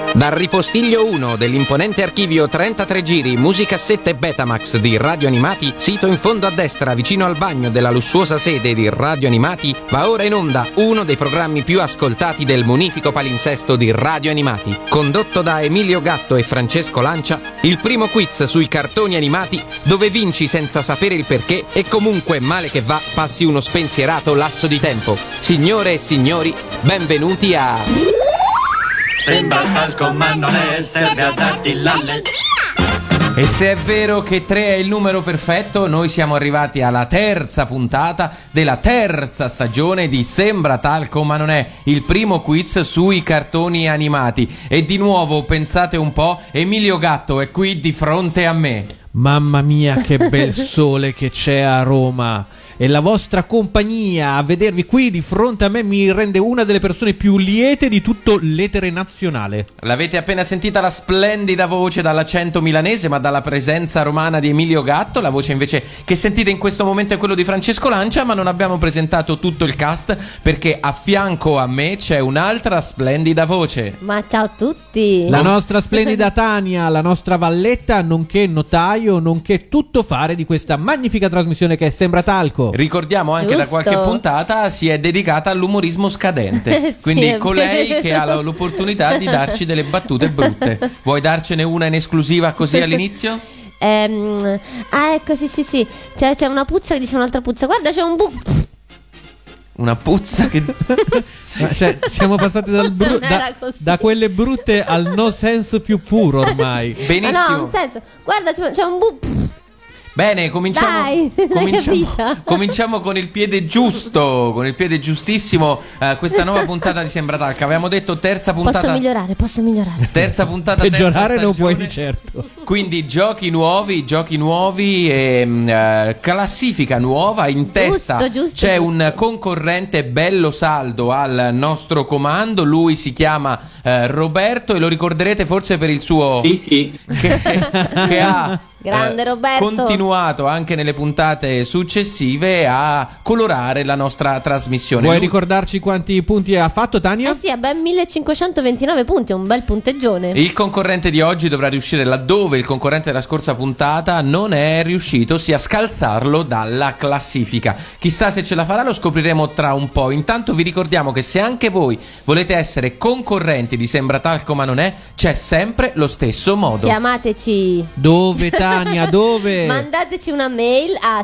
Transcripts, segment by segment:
Dal ripostiglio 1 dell'imponente archivio 33 giri, musicassette Betamax di Radio Animati, sito in fondo a destra vicino al bagno della lussuosa sede di Radio Animati, va ora in onda uno dei programmi più ascoltati del munifico palinsesto di Radio Animati. Condotto da Emilio Gatto e Francesco Lancia, il primo quiz sui cartoni animati dove vinci senza sapere il perché e comunque male che va passi uno spensierato lasso di tempo. Signore e signori, benvenuti a... Sembra talco ma non è, serve a darti l'alle. E se è vero che 3 è il numero perfetto, noi siamo arrivati alla terza puntata della terza stagione di Sembra talco ma non è, il primo quiz sui cartoni animati. E di nuovo, pensate un po', Emilio Gatto è qui di fronte a me. Mamma mia, che bel sole che c'è a Roma! E la vostra compagnia a vedervi qui di fronte a me mi rende una delle persone più liete di tutto l'etere nazionale. L'avete appena sentita la splendida voce dall'accento milanese, ma dalla presenza romana di Emilio Gatto. La voce invece che sentite in questo momento è quello di Francesco Lancia, ma non abbiamo presentato tutto il cast perché a fianco a me c'è un'altra splendida voce. Ma ciao a tutti! La nostra splendida Tania, la nostra valletta, nonché notaio, nonché tuttofare di questa magnifica trasmissione che è Sembra talco. Ricordiamo anche Giusto. da qualche puntata si è dedicata all'umorismo scadente. Sì, quindi è con vero. lei che ha l'opportunità di darci delle battute brutte. Vuoi darcene una in esclusiva così all'inizio? Ecco, sì. C'è una puzza che dice un'altra puzza. Guarda, c'è un Una puzza che... Cioè, siamo passati da quelle brutte al no sense più puro ormai. Benissimo. No, un senso. Guarda, c'è un Bene, cominciamo. Dai, l'hai capita? Cominciamo con il piede giusto, con il piede giustissimo. Questa nuova puntata di Sembra talco. Avevamo detto terza puntata. Posso migliorare. Terza puntata, Peggiorare terza non puoi stagione. di certo. Quindi giochi nuovi e classifica nuova. In testa c'è un concorrente bello saldo al nostro comando. Lui si chiama Roberto e lo ricorderete forse per il suo... Sì. che ha... Grande Roberto. Continuato anche nelle puntate successive a colorare la nostra trasmissione. Vuoi ricordarci quanti punti ha fatto, Tania? Sì, ha ben 1529 punti, un bel punteggione. Il concorrente di oggi dovrà riuscire laddove il concorrente della scorsa puntata non è riuscito, ossia scalzarlo dalla classifica. Chissà se ce la farà, lo scopriremo tra un po'. Intanto vi ricordiamo che se anche voi volete essere concorrenti di Sembra talco ma non è, c'è sempre lo stesso modo. Chiamateci. Dove, Tania, dove? Mandateci una mail a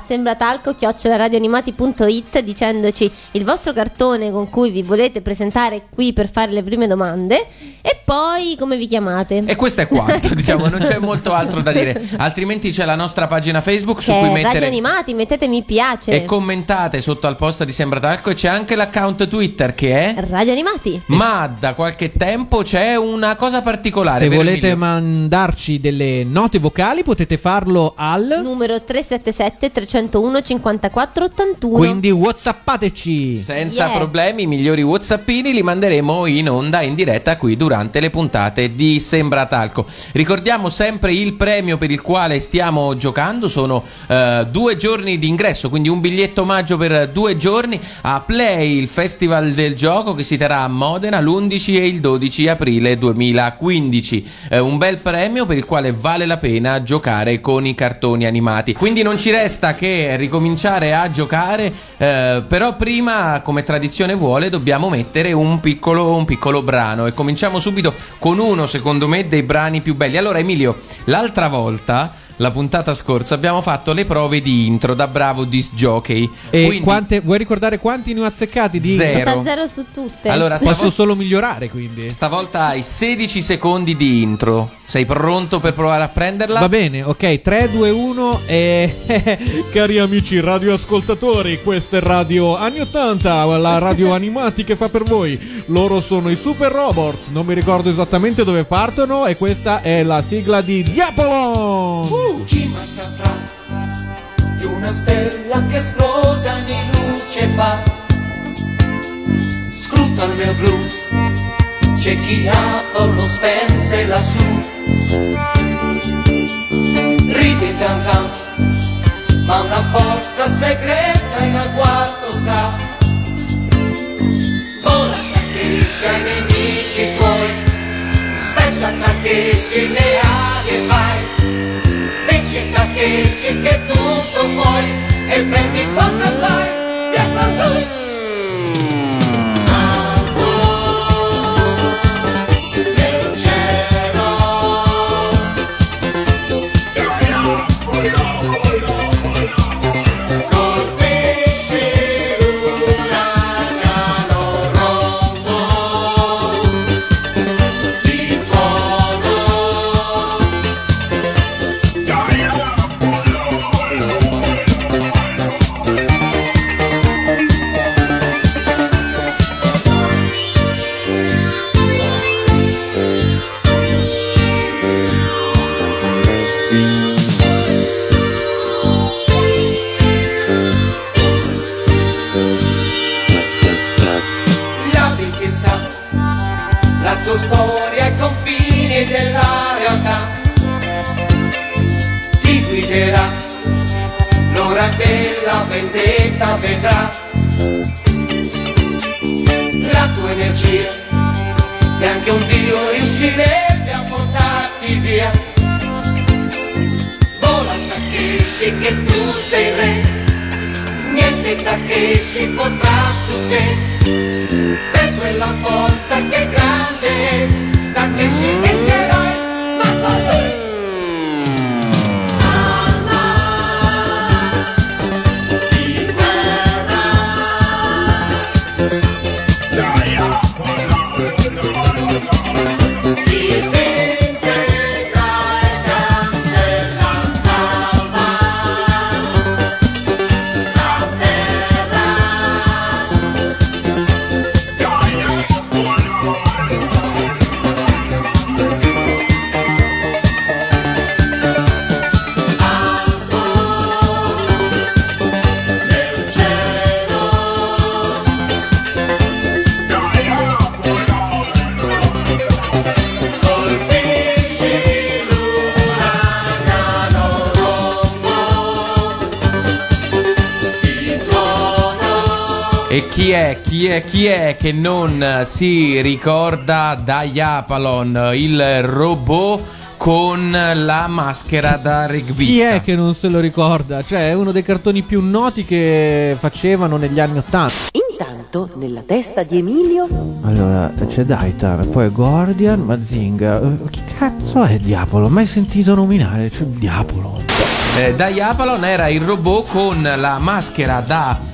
sembratalco@radioanimati.it dicendoci il vostro cartone con cui vi volete presentare qui per fare le prime domande e poi come vi chiamate. E questo è quanto, diciamo, non c'è molto altro da dire. Altrimenti c'è la nostra pagina Facebook su che cui è mettere Radio Animati, mettete mi piace e commentate sotto al post di Sembra talco, e c'è anche l'account Twitter che è Radio Animati. Ma da qualche tempo c'è una cosa particolare. Se vero, volete Emilio? mandarci delle note vocali potete farlo al Numero 377 301 54 81. quindi whatsappateci. Senza Yeah. problemi, i migliori whatsappini li manderemo in onda in diretta qui durante le puntate di Sembra talco. Ricordiamo sempre il premio per il quale stiamo giocando, sono 2 giorni di ingresso, quindi un biglietto omaggio per 2 giorni a Play, il festival del gioco che si terrà a Modena l'11 e il 12 aprile 2015. Un bel premio per il quale vale la pena giocare con i cartoni animati. Quindi non ci resta che ricominciare a giocare, però prima, come tradizione vuole, dobbiamo mettere un piccolo brano e cominciamo subito con uno, secondo me, dei brani più belli. Allora, Emilio, l'altra volta, la puntata scorsa, abbiamo fatto le prove di intro da bravo disc jockey. E Quindi, vuoi ricordare quanti ne ho azzeccati di Zero. Sta 0 su tutte. allora, Posso solo migliorare, quindi. stavolta hai 16 secondi di intro. Sei pronto per provare a prenderla? Va bene, ok, 3, 2, 1 e... Cari amici radioascoltatori, questa è Radio Anni 80, la radio animati che fa per voi. Loro sono i Super Robots, non mi ricordo esattamente dove partono e questa è la sigla di Diapolon. Chi mai saprà di una stella che esplose anni luce fa? Scruta il mio blu, c'è chi Apollo spense lassù. Ride in danzan, ma una forza segreta in agguato sta. Vola che accresce ai nemici tuoi, spezza Takeshi le ali e vai, vinci Takeshi che tutto puoi, e prendi quanto vai, via con lui. Storia ai confini della realtà ti guiderà, l'ora della vendetta vedrà la tua energia, neanche un dio riuscirebbe a portarti via. Vola Takeshi che tu sei re, niente Takeshi potrà su te, per quella forza che è grande, Takeshi vincerai, ma con lui. E chi è che non si ricorda Diapolon, il robot con la maschera da rugbista? Chi è che non se lo ricorda? Cioè, è uno dei cartoni più noti che facevano negli anni '80. Intanto, nella testa di Emilio... Allora, c'è Daitar, poi Guardian, Mazinga. Chi cazzo è Diapolon? Mai sentito nominare? Cioè, Diapolon. Diapolon era il robot con la maschera da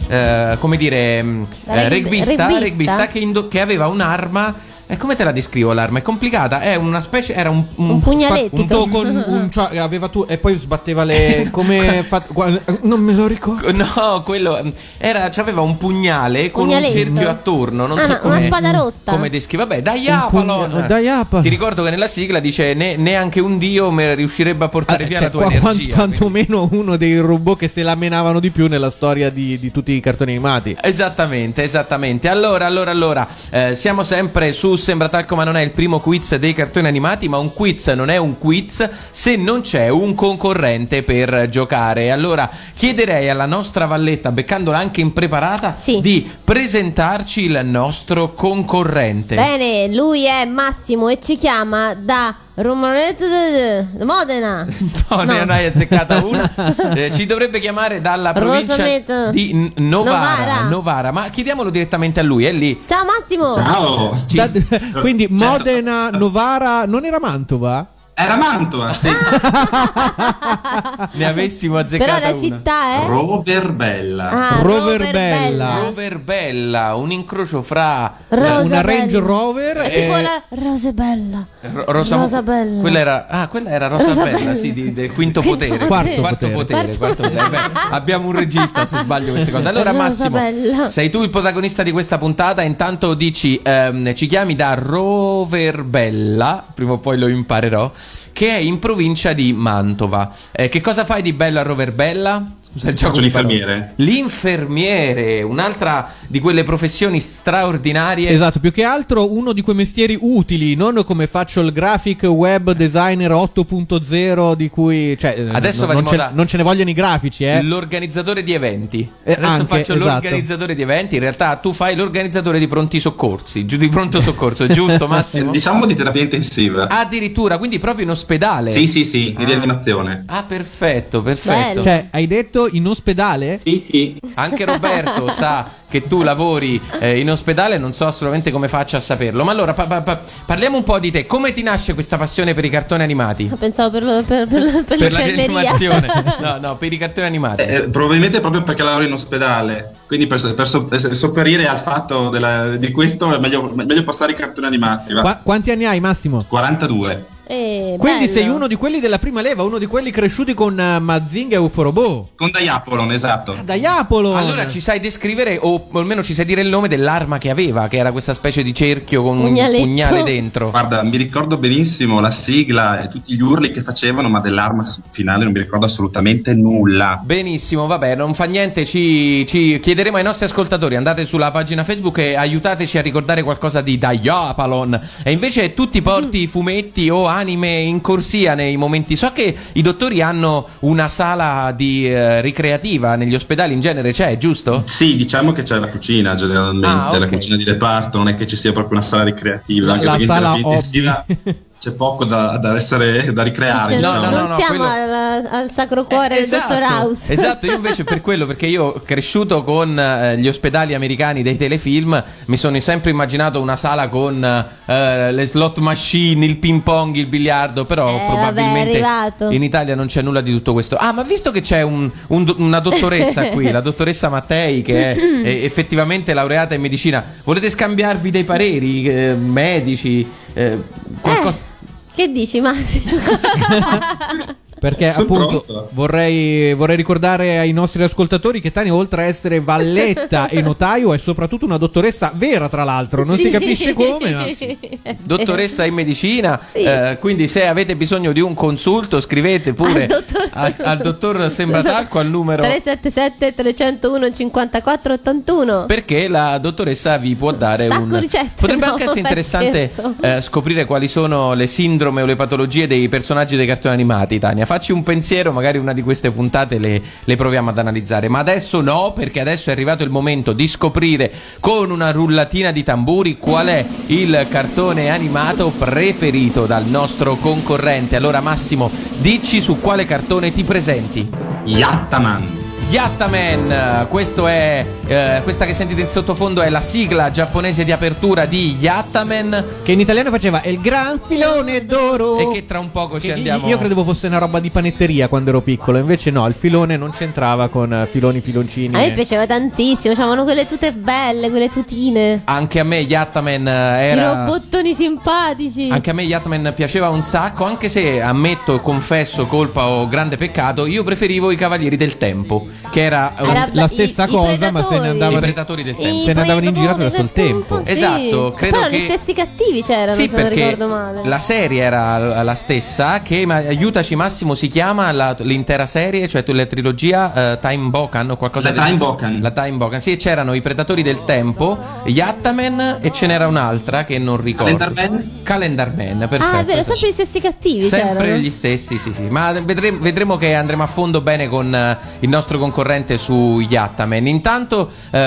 rugbista che aveva un'arma. E come te la descrivo l'arma? È complicata, è una specie, era un pugnaletto. Cioè, aveva tu e poi sbatteva le come non me lo ricordo. No, quello era, c'aveva un pugnale con un cerchio attorno, non so come, una spada rotta. Come descrive. Vabbè, Diapolon. Ti ricordo che nella sigla dice neanche un dio riuscirebbe a portare via la tua energia. Quantomeno uno dei robot che se la menavano di più nella storia di tutti i cartoni animati. Esattamente. Allora, siamo sempre su Sembra Talco ma non è il primo quiz dei cartoni animati, ma un quiz non è un quiz se non c'è un concorrente per giocare. Allora chiederei alla nostra Valletta, beccandola anche impreparata, di presentarci il nostro concorrente. Bene, lui è Massimo e ci chiama da Romaretto Modena. No, ne hai azzeccata una. Ci dovrebbe chiamare dalla provincia di Novara. Ma chiediamolo direttamente a lui, è lì. Ciao Massimo. Ciao. Quindi Modena, Novara, non era Mantova? Era Mantova, sì. Ne avessimo azzeccata però la una. città è Roverbella. Roverbella, un incrocio fra una Range Rover e tipo la Rosabella. Rosabella. Quella era Rosabella, sì, del quinto potere. Quarto potere. Beh, abbiamo un regista se sbaglio queste cose. Allora Massimo, sei tu il protagonista di questa puntata. Intanto dici ci chiami da Roverbella, prima o poi lo imparerò, che è in provincia di Mantova. Che cosa fai di bello a Roverbella? Usa il gioco Faccio di parole. l'infermiere. L'infermiere, un'altra di quelle professioni straordinarie. Esatto, più che altro uno di quei mestieri utili, non come faccio il graphic web designer 8.0 di cui, cioè, Adesso va di moda non ce ne vogliono i grafici, l'organizzatore di eventi. Adesso Anche, faccio esatto. l'organizzatore di eventi. In realtà tu fai l'organizzatore di pronti soccorsi, di pronto soccorso, giusto Massimo? Diciamo di terapia intensiva. Addirittura, quindi proprio in ospedale. Sì, in rianimazione. Ah, perfetto. Bello. Cioè, hai detto in ospedale? Sì. Anche Roberto sa che tu lavori in ospedale, non so assolutamente come faccia a saperlo. Ma allora parliamo un po' di te. Come ti nasce questa passione per i cartoni animati? Pensavo per l'infermeria. rianimazione. No, per i cartoni animati. Probabilmente proprio perché lavoro in ospedale. Quindi per sopperire al fatto di questo è meglio passare i cartoni animati. Va? Quanti anni hai, Massimo? 42. Quindi Bello. sei uno di quelli della prima leva, uno di quelli cresciuti con Mazinga e Uforobo. Con Diapolon, esatto. Diapolon. Allora ci sai descrivere, o almeno ci sai dire il nome dell'arma che aveva, che era questa specie di cerchio con Pugnaletto. un pugnale dentro. Guarda, mi ricordo benissimo la sigla e tutti gli urli che facevano, ma dell'arma finale non mi ricordo assolutamente nulla. Benissimo, vabbè, non fa niente, ci chiederemo ai nostri ascoltatori, andate sulla pagina Facebook e aiutateci a ricordare qualcosa di Diapolon. E invece tu ti porti fumetti o anime in corsia nei momenti. So che i dottori hanno una sala di ricreativa negli ospedali, in genere c'è, giusto? Sì, diciamo che c'è la cucina generalmente, Ah, ok. la cucina di reparto, non è che ci sia proprio una sala ricreativa, anche La perché in sala terapia intensiva c'è poco da ricreare. Cioè, diciamo. non siamo quello- al Sacro Cuore del Dottor House. Esatto, io invece per quello, perché io cresciuto con gli ospedali americani dei telefilm, mi sono sempre immaginato una sala con le slot machine, il ping pong, il biliardo, però Vabbè, è probabilmente arrivato. in Italia non c'è nulla di tutto questo. Ah, ma visto che c'è una dottoressa qui, la dottoressa Mattei, che è effettivamente laureata in medicina, volete scambiarvi dei pareri medici? Qualcosa? Che dici, Massimo? Perché Sono appunto pronto. vorrei ricordare ai nostri ascoltatori che Tania, oltre a essere valletta e notaio, è soprattutto una dottoressa vera, tra l'altro. Non si capisce come, ma sì. Dottoressa in medicina, Sì. quindi se avete bisogno di un consulto scrivete pure al dottor Sembratalco al numero 377 301 54 81. perché la dottoressa vi può dare Sacco ricette, potrebbe no, anche essere è interessante scherzo. scoprire quali sono le sindrome o le patologie dei personaggi dei cartoni animati. Tania, facci un pensiero, magari una di queste puntate le proviamo ad analizzare, ma adesso no, perché adesso è arrivato il momento di scoprire con una rullatina di tamburi qual è il cartone animato preferito dal nostro concorrente. Allora Massimo, dici su quale cartone ti presenti. Yattaman. Yattaman, questo è questa che sentite in sottofondo è la sigla giapponese di apertura di Yattaman, Che in italiano faceva il gran filone d'oro. e che tra un poco ci andiamo. Io credevo fosse una roba di panetteria quando ero piccolo, invece no, il filone non c'entrava con filoncini. A me piaceva tantissimo, c'avevano quelle tute belle, quelle tutine. Anche a me Yattaman I era robottoni simpatici. Anche a me Yattaman piaceva un sacco, anche se ammetto, confesso, colpa o grande peccato, io preferivo i Cavalieri del Tempo, che era la stessa cosa, ma se ne andavano i Predatori del Tempo. Se ne andavano in giro attraverso il tempo. Sì. Esatto, credo Però che gli stessi cattivi c'erano, sì, se non perché ricordo male. la serie era la stessa, che aiutaci Massimo, si chiama l'intera serie, cioè la trilogia Time Bokan o qualcosa La Time Bokan. La Time Bokan. Sì, c'erano i Predatori del Tempo, Yattaman, e ce n'era un'altra che non ricordo. Calendar Man, perfetto. Ah, è vero, sempre gli stessi cattivi Sempre c'erano. gli stessi, sì. Ma vedremo che andremo a fondo bene con il nostro concorrente su Yattaman. Intanto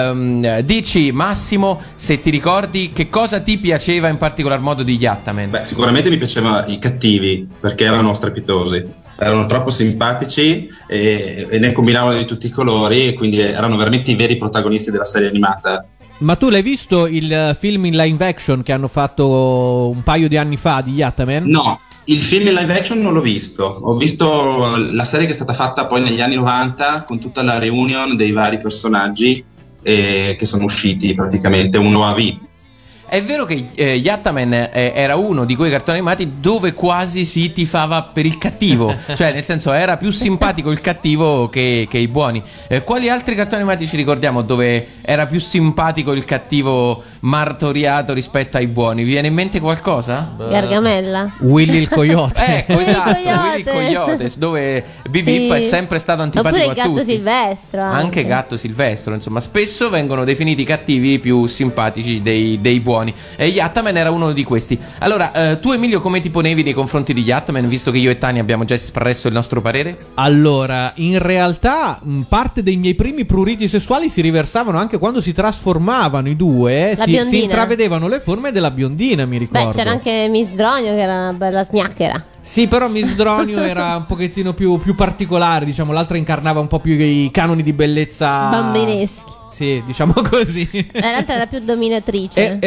dici Massimo, se ti ricordi, che cosa ti piaceva in particolar modo di Yattaman? Beh, sicuramente mi piacevano i cattivi, perché erano strepitosi. Erano troppo simpatici e ne combinavano di tutti i colori, e quindi erano veramente i veri protagonisti della serie animata. Ma tu l'hai visto il film in live action che hanno fatto un paio di anni fa di Yattaman? No, il film in live action non l'ho visto. Ho visto la serie che è stata fatta poi negli anni 90 con tutta la reunion dei vari personaggi che sono usciti praticamente, un OAV. È vero che Yattaman era uno di quei cartoni animati dove quasi si tifava per il cattivo, cioè nel senso era più simpatico il cattivo che i buoni. Quali altri cartoni animati ci ricordiamo dove era più simpatico il cattivo, martoriato rispetto ai buoni? Vi viene in mente qualcosa? Gargamella. Willy il coyote. Ecco, esatto, Coyote. Willy Coyotes, dove Bip è sempre stato antipatico Oppure il a gatto tutti. silvestro. Anche Gatto Silvestro, insomma, spesso vengono definiti cattivi più simpatici dei buoni. E Yattaman era uno di questi. Allora, tu Emilio come ti ponevi nei confronti di Yattaman, visto che io e Tania abbiamo già espresso il nostro parere? Allora, in realtà parte dei miei primi pruriti sessuali si riversavano anche quando si trasformavano i due. La Si biondina. intravedevano le forme della biondina, mi ricordo. Beh, c'era anche Miss Dronio che era una bella sgnacchera. Sì, però Miss Dronio era un pochettino più particolare, diciamo. L'altra incarnava un po' più i canoni di bellezza Bambineschi. Sì, diciamo così. L'altra era più dominatrice.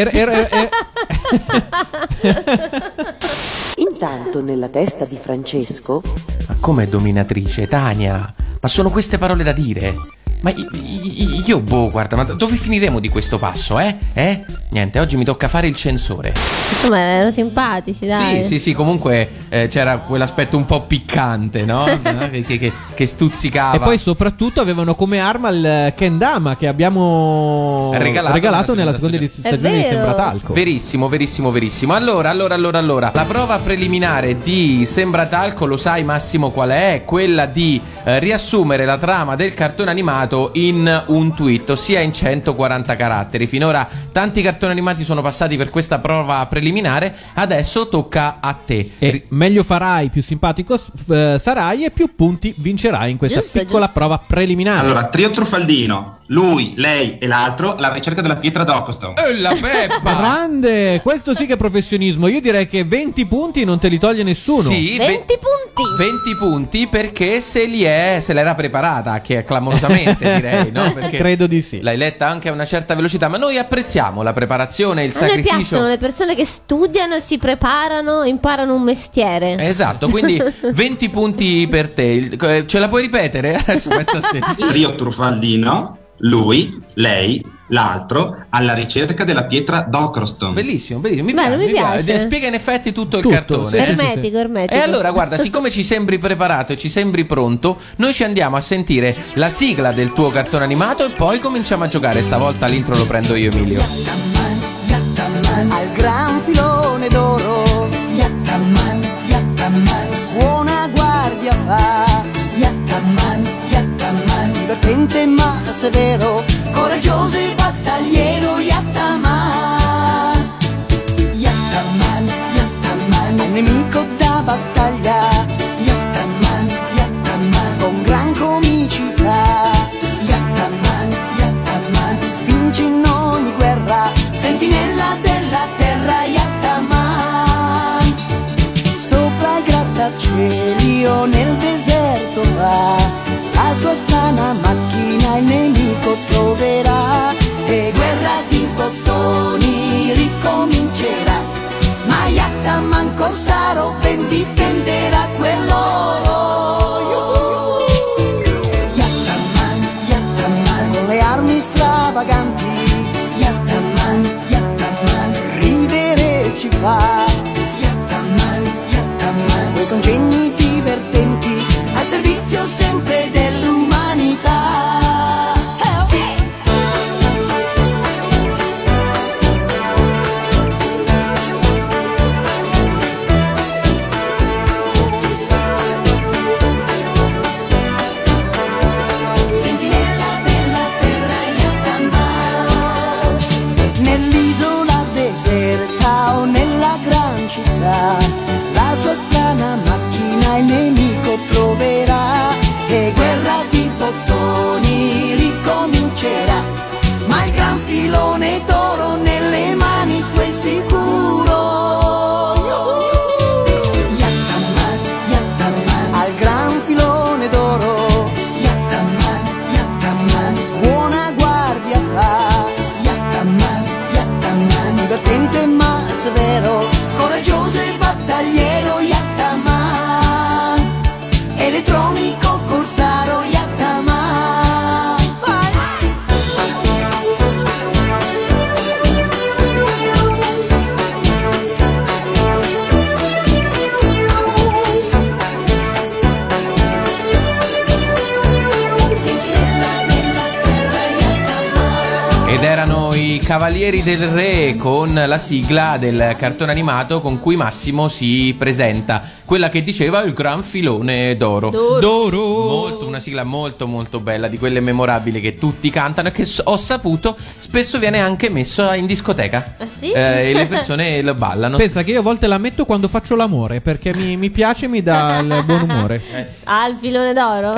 Intanto nella testa di Francesco Ma come dominatrice, Tania? Ma sono queste parole da dire? Ma io, guarda, ma dove finiremo di questo passo, eh? Niente, oggi mi tocca fare il censore. Insomma, erano simpatici, dai. Sì, comunque c'era quell'aspetto un po' piccante, no? che stuzzicava. E poi soprattutto avevano come arma il kendama che abbiamo regalato nella seconda stagione di Sembratalco. Verissimo. Allora, la prova preliminare di Sembratalco, lo sai Massimo qual è? Quella di riassumere la trama del cartone animato in un tweet, ossia in 140 caratteri. Finora tanti cartoni animati sono passati per questa prova preliminare, adesso tocca a te. E meglio farai, più simpatico sarai e più punti vincerai in questa piccola prova preliminare. Allora, trio truffaldino, lui, lei e l'altro alla ricerca della pietra d'Ocoston. La Peppa! Grande, questo sì che è professionismo. Io direi che 20 punti non te li toglie nessuno. Sì, 20 punti. 20 punti perché se l'era preparata, che è clamorosamente direi, no? Perché credo di sì. L'hai letta anche a una certa velocità, ma noi apprezziamo la preparazione, il A me sacrificio. piacciono le persone che studiano, si preparano, imparano un mestiere. Esatto, quindi 20 punti per te. Ce la puoi ripetere? Adesso pensa a sé. Trio truffaldino, lui, lei, l'altro alla ricerca della pietra d'Ocoston. Bellissimo, Bello, mi piace. Spiega in effetti tutto il Tutto, cartone. sì. Ermetico. E allora guarda, siccome ci sembri preparato e ci sembri pronto, noi ci andiamo a sentire la sigla del tuo cartone animato e poi cominciamo a giocare. Stavolta l'intro lo prendo io, Emilio. Al gran filone d'oro, Yattaman, buona guardia fa, Yattaman, divertente ma severo, coraggioso e battagliero, Yattaman, al nemico da battaglia, Yattaman, con gran comicità, Yattaman, vince in ogni guerra, sentinella della terra, Yattaman, sopra il grattacieli o nel deserto va, la sua strana macchina il nemico troverà, e guerra di bottoni ricomincerà, ma Yattaman corsaro ben difenderà quell'oro. Yattaman, con le armi stravaganti, Yattaman, ridere ci fa, Yattaman, quei congegni divertenti al servizio sempre dell'umanità. Sentinella della terra, Yattaman, nell'isola deserta o nella gran città, la sua strana macchina il nemico troverà, e guerra di bottoni ricomincerà, ma il gran filone d'oro nelle mani sue sicuro. Yattaman, al gran filone d'oro, Yattaman, buona guardia fa, Yattaman, divertente ma severo, coraggioso e battagliero, Yattaman, elettronico corsaro, Yattaman, Cavalieri del Re con la sigla del cartone animato con cui Massimo si presenta, quella che diceva il gran filone d'oro. Una sigla molto molto bella, di quelle memorabili che tutti cantano e che ho saputo spesso viene anche messo in discoteca. Ah, sì? E le persone lo ballano. Pensa che io a volte la metto quando faccio l'amore, perché mi piace e mi dà il buon umore. Il filone d'oro?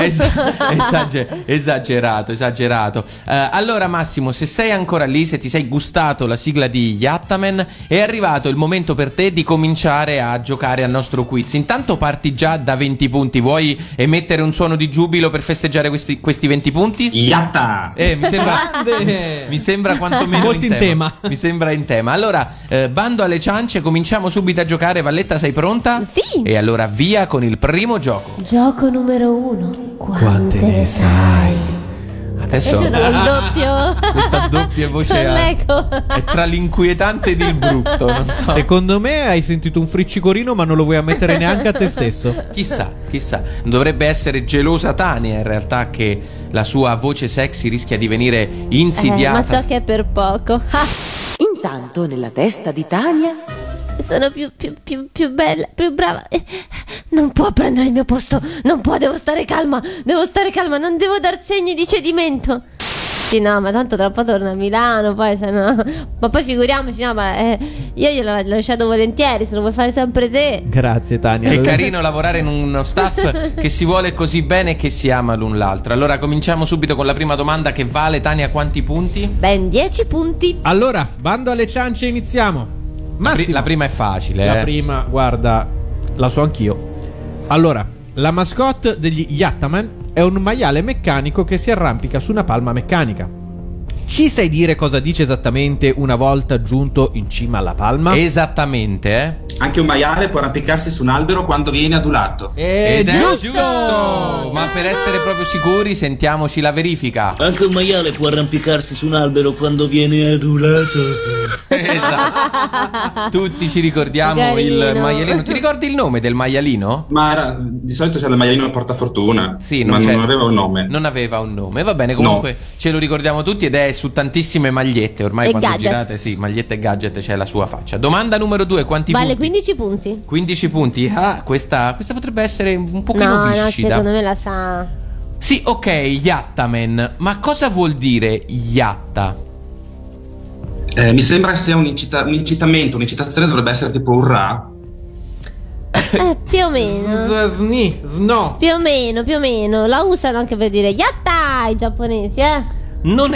Esagerato. Allora Massimo, se sei ancora lì, se ti sei gustato la sigla di Yattaman, è arrivato il momento per te di cominciare a giocare al nostro quiz. Intanto parti già da 20 punti. Vuoi emettere un suono di giubilo per festeggiare questi 20 punti? Yatta! Mi sembra quantomeno molto in tema. Mi sembra in tema. Allora, bando alle ciance, cominciamo subito a giocare. Valletta, sei pronta? Sì. E allora via con il primo gioco. Gioco numero 1. Quante ne sai? Adesso Esce dal doppio. questa doppia voce Con l'eco. è tra l'inquietante ed il brutto, non so. Secondo me hai sentito un friccicorino, ma non lo vuoi ammettere neanche a te stesso. Chissà. Dovrebbe essere gelosa Tania in realtà, che la sua voce sexy rischia di venire insidiata. Ma so che è per poco. Intanto nella testa di Tania Sono più bella, più brava. Non può prendere il mio posto. Non può, devo stare calma. Non devo dar segni di cedimento. Sì, no, ma tanto tra un po' torna a Milano. Poi, cioè, no. Ma poi figuriamoci, no, ma io glielo lasciato volentieri. Se lo vuoi fare sempre te. Grazie Tania. È carino lavorare in uno staff che si vuole così bene e che si ama l'un l'altro. Allora cominciamo subito con la prima domanda, che vale, Tania, quanti punti? Ben 10 punti. Allora, bando alle ciance, iniziamo. Massimo. La prima è facile. La prima, guarda, la so anch'io. Allora, la mascotte degli Yattaman è un maiale meccanico che si arrampica su una palma meccanica. Ci sai dire cosa dice esattamente una volta giunto in cima alla palma? Esattamente, Anche un maiale può arrampicarsi su un albero quando viene adulato. Ed è giusto! giusto! Ma per essere proprio sicuri, sentiamoci la verifica. Anche un maiale può arrampicarsi su un albero quando viene adulato. Esatto. Tutti ci ricordiamo Carino. il maialino. Ti ricordi il nome del maialino? Ma di solito c'è il maialino portafortuna. Sì, ma non aveva un nome. Non aveva un nome. Va bene, comunque ce lo ricordiamo tutti ed è su tantissime magliette. Ormai E quando gadgets. girate, sì, magliette e gadget, c'è la sua faccia. Domanda numero 2, quanti Vale punti? 15 punti. 15 punti. Ah, questa potrebbe essere un pochino No, viscida. secondo me la sa. Sì, ok, Yattaman. Ma cosa vuol dire Yatta? Mi sembra sia un incitamento, un'incitazione dovrebbe essere tipo urrà. Più o meno. No. Più o meno. La usano anche per dire yatta i giapponesi, Non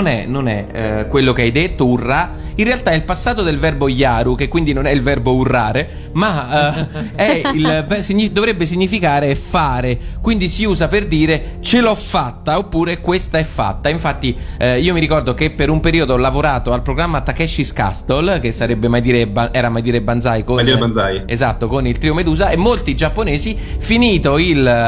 è quello che hai detto, urrà. In realtà è il passato del verbo yaru, che quindi non è il verbo urrare, ma dovrebbe significare fare. Quindi si usa per dire ce l'ho fatta oppure questa è fatta. Infatti io mi ricordo che per un periodo ho lavorato al programma Takeshi's Castle, che sarebbe mai dire Banzai con, Banzai. Esatto, con il trio Medusa, e molti giapponesi, finito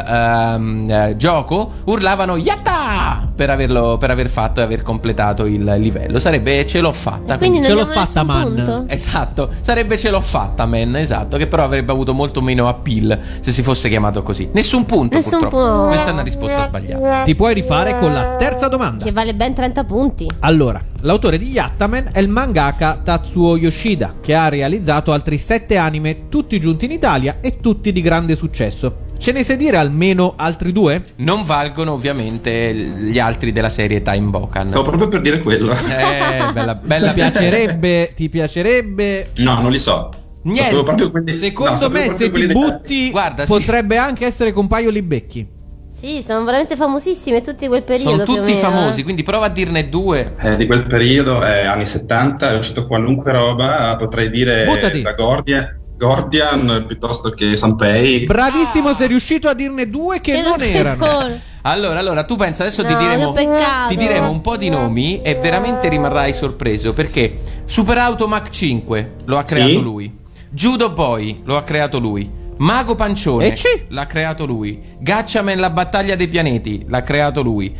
il gioco, urlavano yatta per aver fatto e aver completato il livello. Sarebbe ce l'ho fatta. Quindi non ce l'ho abbiamo fatta, nessun man. punto. Esatto, sarebbe ce l'ho fatta, man. Esatto, che però avrebbe avuto molto meno appeal se si fosse chiamato così. Nessun punto, Nessun purtroppo. punto. Questa è una risposta sbagliata. Ti puoi rifare con la terza domanda. Che vale ben 30 punti. Allora, l'autore di Yattaman è il mangaka Tatsuo Yoshida, che ha realizzato altri 7 anime, tutti giunti in Italia e tutti di grande successo. Ce ne sai dire almeno altri 2? Non valgono ovviamente gli altri della serie Time Bokan. Stavo proprio per dire quello. Bella. Ti piacerebbe? No, non li so. Niente. Sapevo proprio quelli- Secondo sapevo me proprio se quelli ti dei- butti Guarda, sì. potrebbe anche essere con Paio Libecchi. Sì, sono veramente famosissime tutti quel periodo. Sono più o tutti meno, famosi, quindi prova a dirne 2. Di quel periodo, anni 70, è uscito qualunque roba, potrei dire Buttati. da Gordian piuttosto che Sanpei. Bravissimo, sei riuscito a dirne 2 che non c'è erano. score. Allora, tu pensa, adesso No, che peccato. ti diremo un po' di nomi e veramente rimarrai sorpreso, perché Super Auto Mach 5 lo ha creato Sì. lui, Judo Boy lo ha creato lui, Mago Pancione, E C. l'ha creato lui. Gatchaman, la battaglia dei pianeti, l'ha creato lui.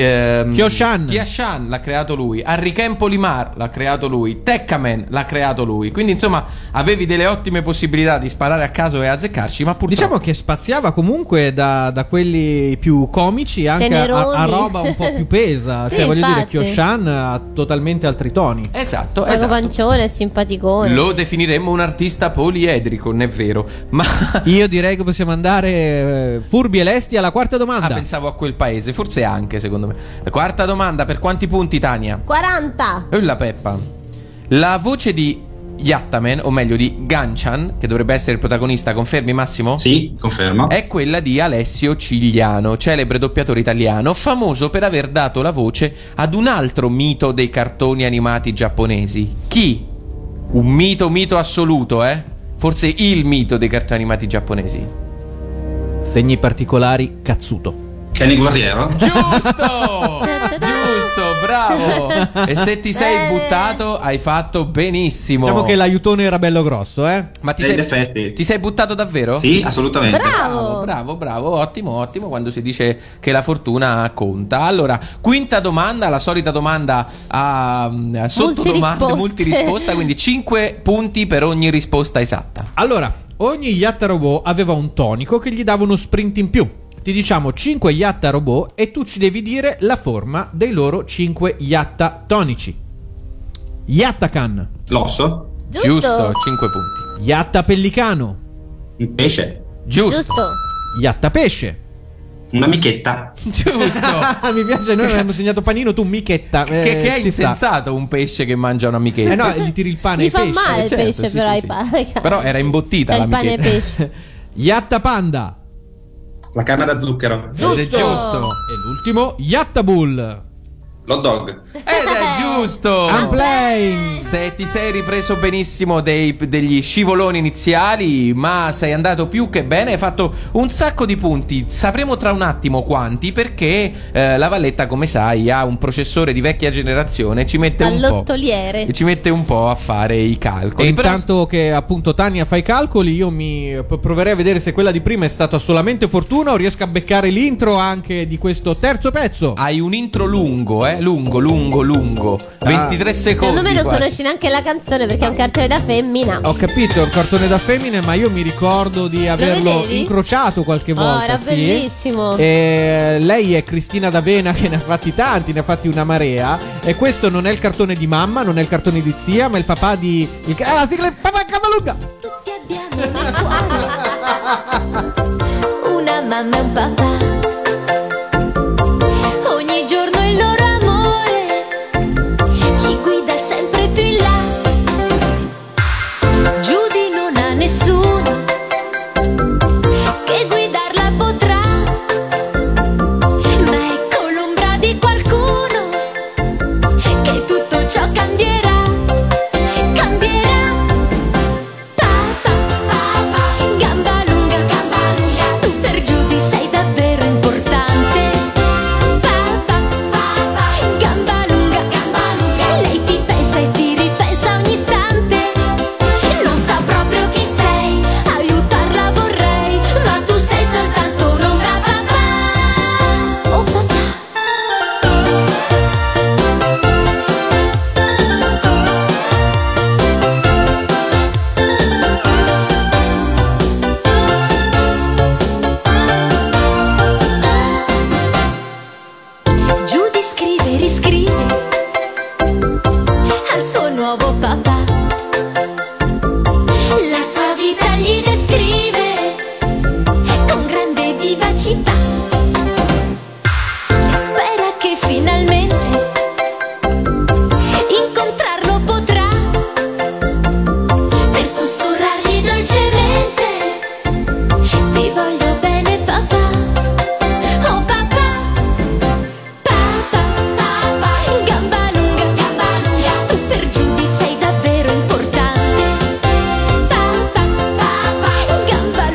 Kyoshan, l'ha creato lui. Arriken Polimar, l'ha creato lui. Tekkaman, l'ha creato lui. Quindi insomma avevi delle ottime possibilità di sparare a caso e azzeccarci, ma purtroppo Diciamo che spaziava comunque da quelli più comici anche a roba un po' più pesa. Sì, Cioè voglio dire, infatti. Kyoshan ha totalmente altri toni. Esatto, Mago Pancione, simpaticone. Lo definiremmo un artista poliedrico, non è vero? Ma Io direi che possiamo andare furbi e lesti alla quarta domanda. pensavo a quel paese, forse anche secondo me. La quarta domanda, per quanti punti, Tania? 40. La Peppa. La voce di Yattaman, o meglio di Ganchan, che dovrebbe essere il protagonista, confermi Massimo? Sì, confermo. È quella di Alessio Cigliano, celebre doppiatore italiano, famoso per aver dato la voce ad un altro mito dei cartoni animati giapponesi. Chi? Un mito assoluto, Forse il mito dei cartoni animati giapponesi. Segni particolari, Cazzuto. Kenny Guerriero? Giusto! Giusto, bravo! E se ti sei buttato, hai fatto benissimo. Diciamo che l'aiutone era bello grosso, Ma In effetti. ti sei buttato davvero? Sì, assolutamente. Bravo. Ottimo quando si dice che la fortuna conta. Allora, quinta domanda, la solita domanda a sottodomande, multirisposta, quindi 5 punti per ogni risposta esatta. Allora, ogni Yatta Robot aveva un tonico che gli dava uno sprint in più. Ti diciamo 5 Yatta Robot e tu ci devi dire la forma dei loro 5 Yatta tonici. Yattakan, L'osso? Giusto, 5 punti. Yatta Pellicano, Un pesce? Giusto. Yatta Pesce. Una michetta? Giusto. Mi piace, noi abbiamo segnato panino, tu michetta. Che è ci sta. insensato un pesce che mangia una michetta. No, gli tiri il pane Gli ai fa pesci. male il certo, pesce, sì, però sì, ai sì. pane. Però era imbottita la il pane e michetta. pesce. Yatta Panda. La canna da zucchero? Ed è giusto. E l'ultimo, Yatta Bull. L'hot dog? Ed è giusto. Unplaying. Se ti sei ripreso benissimo degli scivoloni iniziali, ma sei andato più che bene, hai fatto un sacco di punti. Sapremo tra un attimo quanti, perché la Valletta, come sai, ha un processore di vecchia generazione, ci mette Pallottoliere. ci mette un po' a fare i calcoli. E Però intanto che appunto Tania fa i calcoli, io mi proverei a vedere se quella di prima è stata solamente fortuna o riesco a beccare l'intro anche di questo terzo pezzo. hai un intro lungo, lungo, 23 secondi. Secondo me non quasi. conosci neanche la canzone perché è un cartone da femmina. Ho capito, è un cartone da femmine, ma io mi ricordo di averlo vedevi? incrociato qualche volta. era sì. bellissimo. E lei è Cristina D'Avena, che ne ha fatti tanti, ne ha fatti una marea. E questo non è il cartone di mamma, non è il cartone di zia, ma è il papà di. La sigla è Papà Cavalunga! Tutti abbiamo nel cuore una mamma e un papà. Ogni giorno il loro amore ci guida sempre più in là. Giudy non ha nessuno che guidarla potrà, ma ecco l'ombra di qualcuno che tutto ciò cambierà. Cambierà. Papà, papà, gamba lunga, tu per Giudy sei davvero importante. Papà, papà, gamba lunga, lei ti pensa e ti ripensa ogni istante. Non sa proprio chi sei, aiutarla vorrei, ma tu sei soltanto un'ombra, papà. Oh papà. Giudy scrive e riscrive al suo nuovo papà. La sua vita gli descrive con grande vivacità e spera che finalmente incontrarlo potrà per sussurrargli dolcemente: ti voglio bene papà. Oh papà. Papà, papà, gamba lunga, tu per Giudy sei davvero importante. Papà, papà, gamba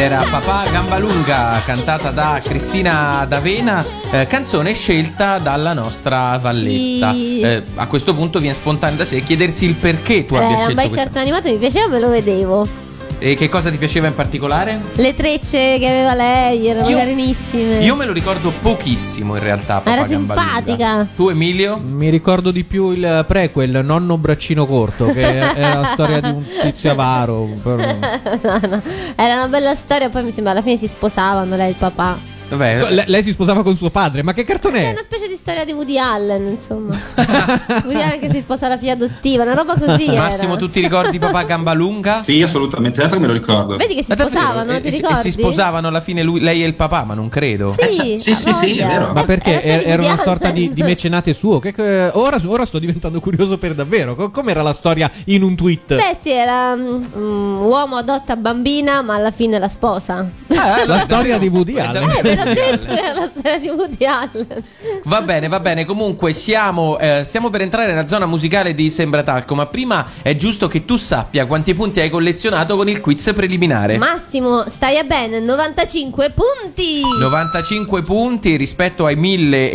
era Papà Gambalunga, cantata da Cristina D'Avena, canzone scelta dalla nostra Valletta. Sì. A questo punto viene spontaneo da sé chiedersi il perché tu abbia Era un scelto bel questa. cartone animato, mi piaceva, me lo vedevo. E che cosa ti piaceva in particolare? Le trecce che aveva lei erano Io- carinissime. Io me lo ricordo pochissimo in realtà, Papà Era Gambalunga. simpatica. Tu Emilio? Mi ricordo di più il prequel, Nonno Braccino Corto, che è la storia di un tizio avaro. No. Era una bella storia, poi mi sembra alla fine si sposavano lei e il papà. Vabbè, Lei si sposava con suo padre, ma che cartone È è? una specie di storia di Woody Allen, insomma. Woody Allen che si sposa la figlia adottiva, una roba così Massimo, era. tu ti ricordi Papà Gambalunga? Sì, assolutamente, certo che me lo ricordo. Vedi che si Ma davvero? sposavano, ti E ricordi? si sposavano alla fine lei e il papà, ma non credo. Sì, Sì, sì, sì, è vero. Ma perché Era era una Woody sorta Allen. di mecenate suo? Ora sto diventando curioso per davvero. Com'era la storia in un tweet? Beh sì, era uomo adotta bambina ma alla fine la sposa. La storia di Woody Allen. Ve l'ho detto, era la storia di Woody Allen. Va bene, comunque stiamo per entrare nella zona musicale di Sembratalco, ma prima è giusto che tu sappia quanti punti hai collezionato con il quiz preliminare. Massimo, stai a bene, 95 punti. 95 punti rispetto ai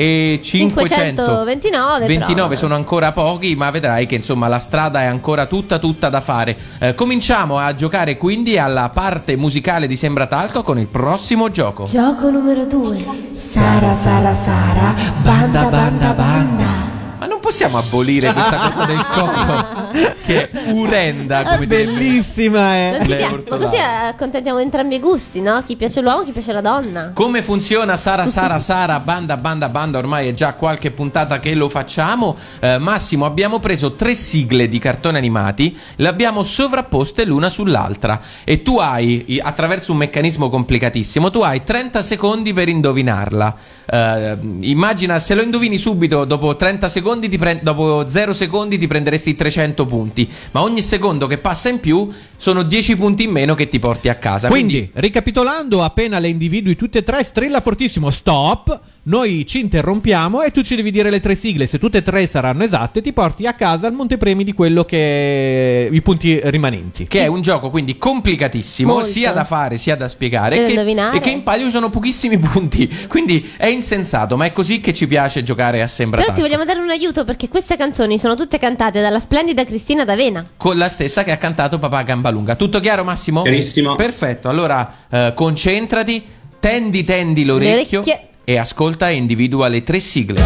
1529. 29 però. sono ancora pochi, ma vedrai che insomma la strada è ancora tutta da fare. Cominciamo a giocare quindi alla parte musicale di Sembratalco con il prossimo gioco. Gioco numero 2. Sara, Sara, Sara, banda, banda, banda. Ma non possiamo abolire questa cosa del coro che è urenda come Bellissima è. Non ti Lei piace? Ma ortolano. così accontentiamo entrambi i gusti, no? Chi piace l'uomo, chi piace la donna. Come funziona Sara Sara Sara, banda banda banda? Ormai è già qualche puntata che lo facciamo. Massimo, abbiamo preso 3 sigle di cartoni animati, le abbiamo sovrapposte l'una sull'altra e tu hai, attraverso un meccanismo complicatissimo, tu hai 30 secondi per indovinarla. Immagina se lo indovini subito, dopo 30 secondi dopo 0 secondi ti prenderesti 300 punti, ma ogni secondo che passa in più sono 10 punti in meno che ti porti a casa. Quindi, ricapitolando, appena le individui tutte e tre, strilla fortissimo stop. Noi ci interrompiamo e tu ci devi dire le 3 sigle. Se tutte e 3 saranno esatte, ti porti a casa il montepremi di quello che i punti rimanenti. Che è un gioco quindi complicatissimo, Molto. sia da fare sia da spiegare, Da indovinare. e che in palio sono pochissimi punti. Quindi è insensato, ma è così che ci piace giocare a Però Sembratalco. ti vogliamo dare un aiuto perché queste canzoni sono tutte cantate dalla splendida Cristina D'Avena. Con la stessa che ha cantato Papà Gambalunga. Tutto chiaro, Massimo? Chiarissimo. Perfetto, allora concentrati, tendi l'orecchio Le orecchie. e ascolta e individua le 3 sigle.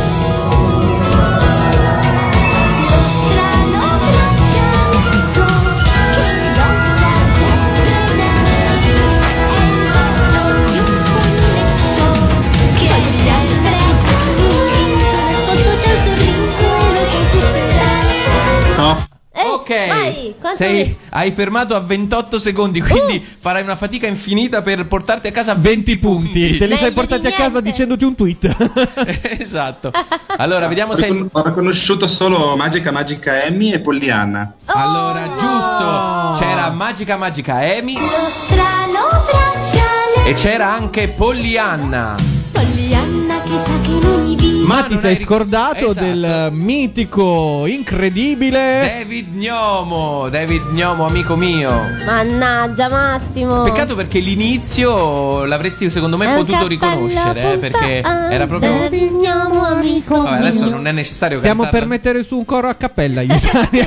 No. Ok, vai, quanto è? hai fermato a 28 secondi, quindi farai una fatica infinita per portarti a casa 20 punti. Te li sei Meglio portati di a casa niente. dicendoti un tweet. Esatto. Allora, vediamo se... Ho riconosciuto solo Magica Amy e Pollyanna. Allora, giusto. C'era Magica Amy Lo strano bracciale, e c'era anche Pollyanna. Pollyanna che sa che non gli dice. Ma non ti sei hai scordato Esatto. del mitico, incredibile David Gnomo, amico mio. Mannaggia Massimo. Peccato perché l'inizio l'avresti secondo me È un potuto cappello riconoscere, perché punta- era proprio... Veniamo amico Vabbè, adesso mio. non è necessario Stiamo per cantarla. mettere su un coro a cappella in Italia.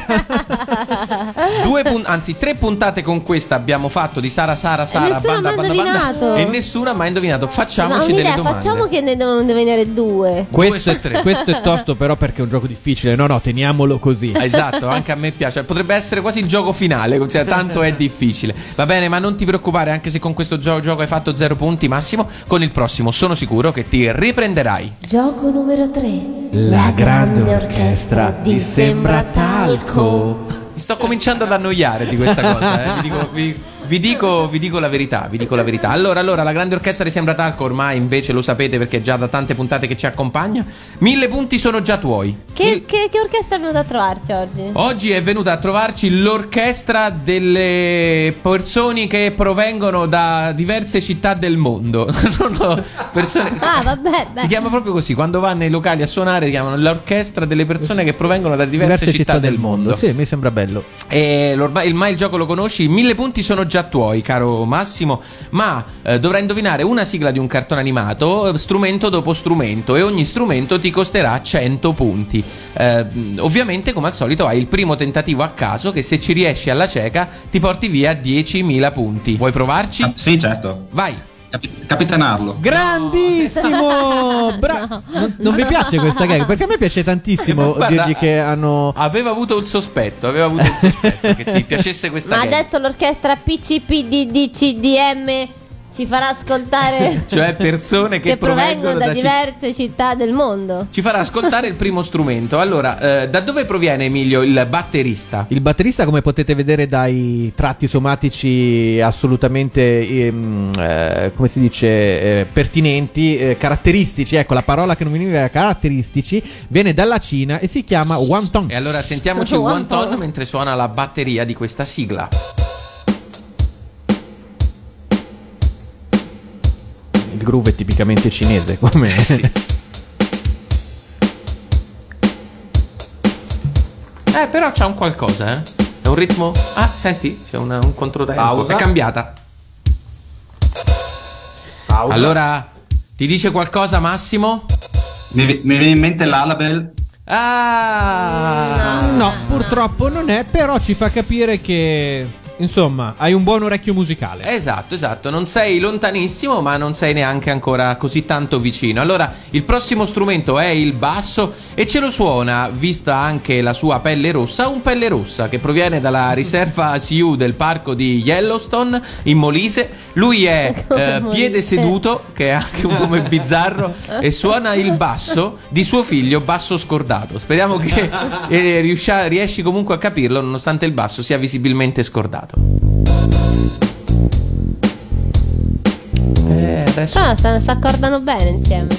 3 puntate con questa abbiamo fatto di Sara Sara Sara, nessuno banda ha mai banda banda, indovinato. e nessuno ha mai indovinato. Ma Facciamoci delle un'idea, domande. facciamo che ne devono indovinare 2. questo, su 3. questo è tosto però perché è un gioco difficile. No, teniamolo così. Esatto, anche a me piace. Potrebbe essere quasi il gioco finale, cioè, tanto è difficile. Va bene, ma non ti preoccupare, anche se con questo gioco hai fatto 0 punti, Massimo. Con il prossimo sono sicuro che ti riprenderai. Gioco numero 3. La grande orchestra di Sembratalco. Mi sto cominciando ad annoiare di questa cosa, Vi dico la verità, Allora, la grande orchestra di Sembratalco ormai invece lo sapete perché già da tante puntate che ci accompagna. 1000 punti sono già tuoi. Che orchestra è venuta a trovarci oggi? Oggi è venuta a trovarci l'orchestra delle persone che provengono da diverse città del mondo. Persone... Ah, vabbè, beh. Si chiama proprio così, quando vanno nei locali a suonare si chiamano l'orchestra delle persone che provengono da diverse città del mondo. Sì, mi sembra bello. E ormai il gioco lo conosci, 1000 punti sono già già tuoi, caro Massimo, ma dovrai indovinare una sigla di un cartone animato, strumento dopo strumento, e ogni strumento ti costerà 100 punti. Ovviamente, come al solito, hai il primo tentativo a caso che, se ci riesci alla cieca, ti porti via 10.000 punti. Vuoi provarci? Sì, certo. Vai. Capitanarlo. Grandissimo! Non mi piace questa gag, perché a me piace tantissimo dirgli che hanno... Avevo avuto il sospetto che ti piacesse questa Ma gag. adesso l'orchestra PCPDDCDM ci farà ascoltare Cioè persone che provengono da da diverse città del mondo. Ci farà ascoltare il primo strumento. Allora, da dove proviene, Emilio, il batterista? Il batterista, come potete vedere dai tratti somatici assolutamente, come si dice, pertinenti, caratteristici, ecco la parola che non mi veniva, caratteristici, viene dalla Cina e si chiama wonton. E allora sentiamoci wonton mentre suona la batteria di questa sigla. Il groove è tipicamente cinese, come... Sì. Però c'ha un qualcosa, eh? È un ritmo... Ah, senti, c'è un controtempo. Pausa. È cambiata. Pausa. Allora, ti dice qualcosa, Massimo? Mi viene in mente l'Alabel. Ah! No, purtroppo non è, però ci fa capire che... Insomma, hai un buon orecchio musicale. Esatto, non sei lontanissimo, ma non sei neanche ancora così tanto vicino. Allora, il prossimo strumento è il basso e ce lo suona, vista anche la sua pelle rossa, un pelle rossa che proviene dalla riserva Sioux del parco di Yellowstone in Molise. Lui è piede seduto, che è anche un nome bizzarro, e suona il basso di suo figlio Basso Scordato. Speriamo che riesci comunque a capirlo, nonostante il basso sia visibilmente scordato. Adesso Si accordano bene insieme.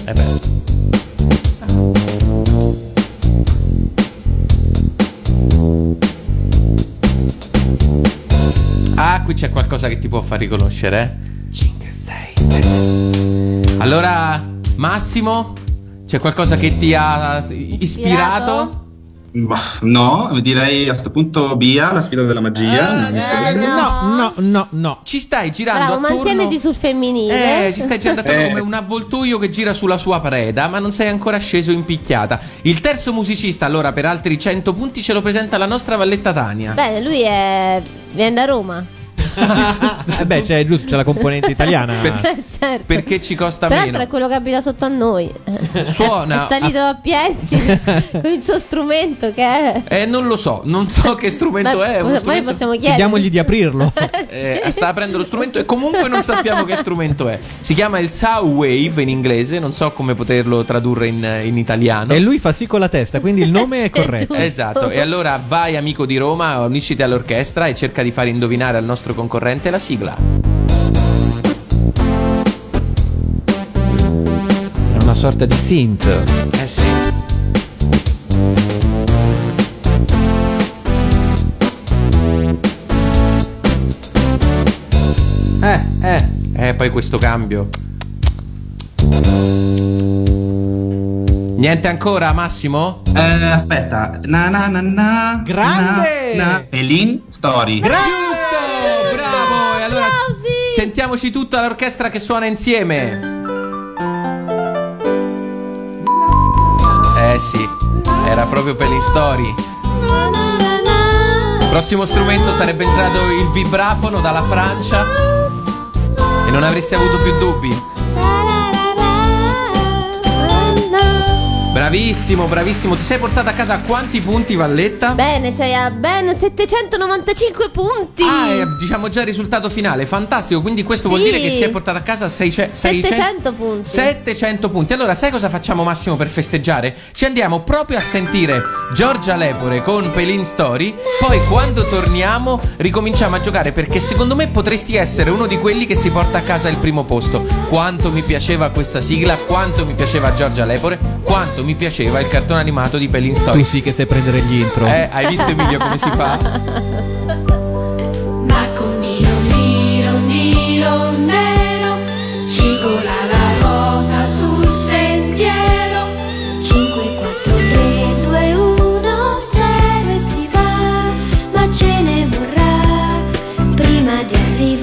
Ah, qui c'è qualcosa che ti può far riconoscere, 5, 6, 7. Allora, Massimo, c'è qualcosa che ti ha ispirato? No, direi a sto punto Bia, la sfida della magia. No. Ci stai girando Bravo, attorno. mantieniti sul femminile. Ci stai girando attorno come un avvoltoio che gira sulla sua preda, ma non sei ancora sceso in picchiata. Il terzo musicista, allora, per altri 100 punti ce lo presenta la nostra Valletta Tania. Bene, lui viene da Roma. Beh, c'è la componente italiana. Certo. Perché ci costa Peraltro meno. è quello che abita sotto a noi. Suona. È salito a piedi con il suo strumento che è. Non lo so, non so che strumento è. Uno Poi strumento... possiamo chiedere. Chiediamogli di aprirlo. Sta aprendo lo strumento e comunque non sappiamo che strumento è. Si chiama il Soundwave in inglese, non so come poterlo tradurre in italiano. E lui fa sì con la testa, quindi il nome è corretto. Esatto. E allora vai, amico di Roma, unisciti all'orchestra e cerca di far indovinare al nostro concorrente la sigla. È una sorta di synth. Sì. Poi questo cambio. Niente ancora, Massimo? Aspetta. Grande! Pelin Story. Giusto! Bravo! E allora sentiamoci tutta l'orchestra che suona insieme. Sì, era proprio Pelin Story. Prossimo strumento sarebbe entrato il vibrafono dalla Francia e non avresti avuto più dubbi. Bravissimo, bravissimo. Ti sei portata a casa quanti punti, Valletta? Bene, sei a ben 795 punti. Diciamo già il risultato finale. Fantastico, quindi questo vuol dire che si è portata a casa 700 punti. 700 punti. Allora, sai cosa facciamo, Massimo, per festeggiare? Ci andiamo proprio a sentire Giorgia Lepore con Pelin Story. Poi quando torniamo ricominciamo a giocare, perché secondo me potresti essere uno di quelli che si porta a casa il primo posto. Quanto mi piaceva questa sigla, quanto mi piaceva Giorgia Lepore, quanto mi piaceva il cartone animato di Pelin Story. Tu sì che sai prendere gli intro. Hai visto, Emilio, come si fa? Marco nero, cigola la ruota sul sentiero. 5, 4, 3, 2, 1, 0 e si va, ma ce ne vorrà prima di arrivare.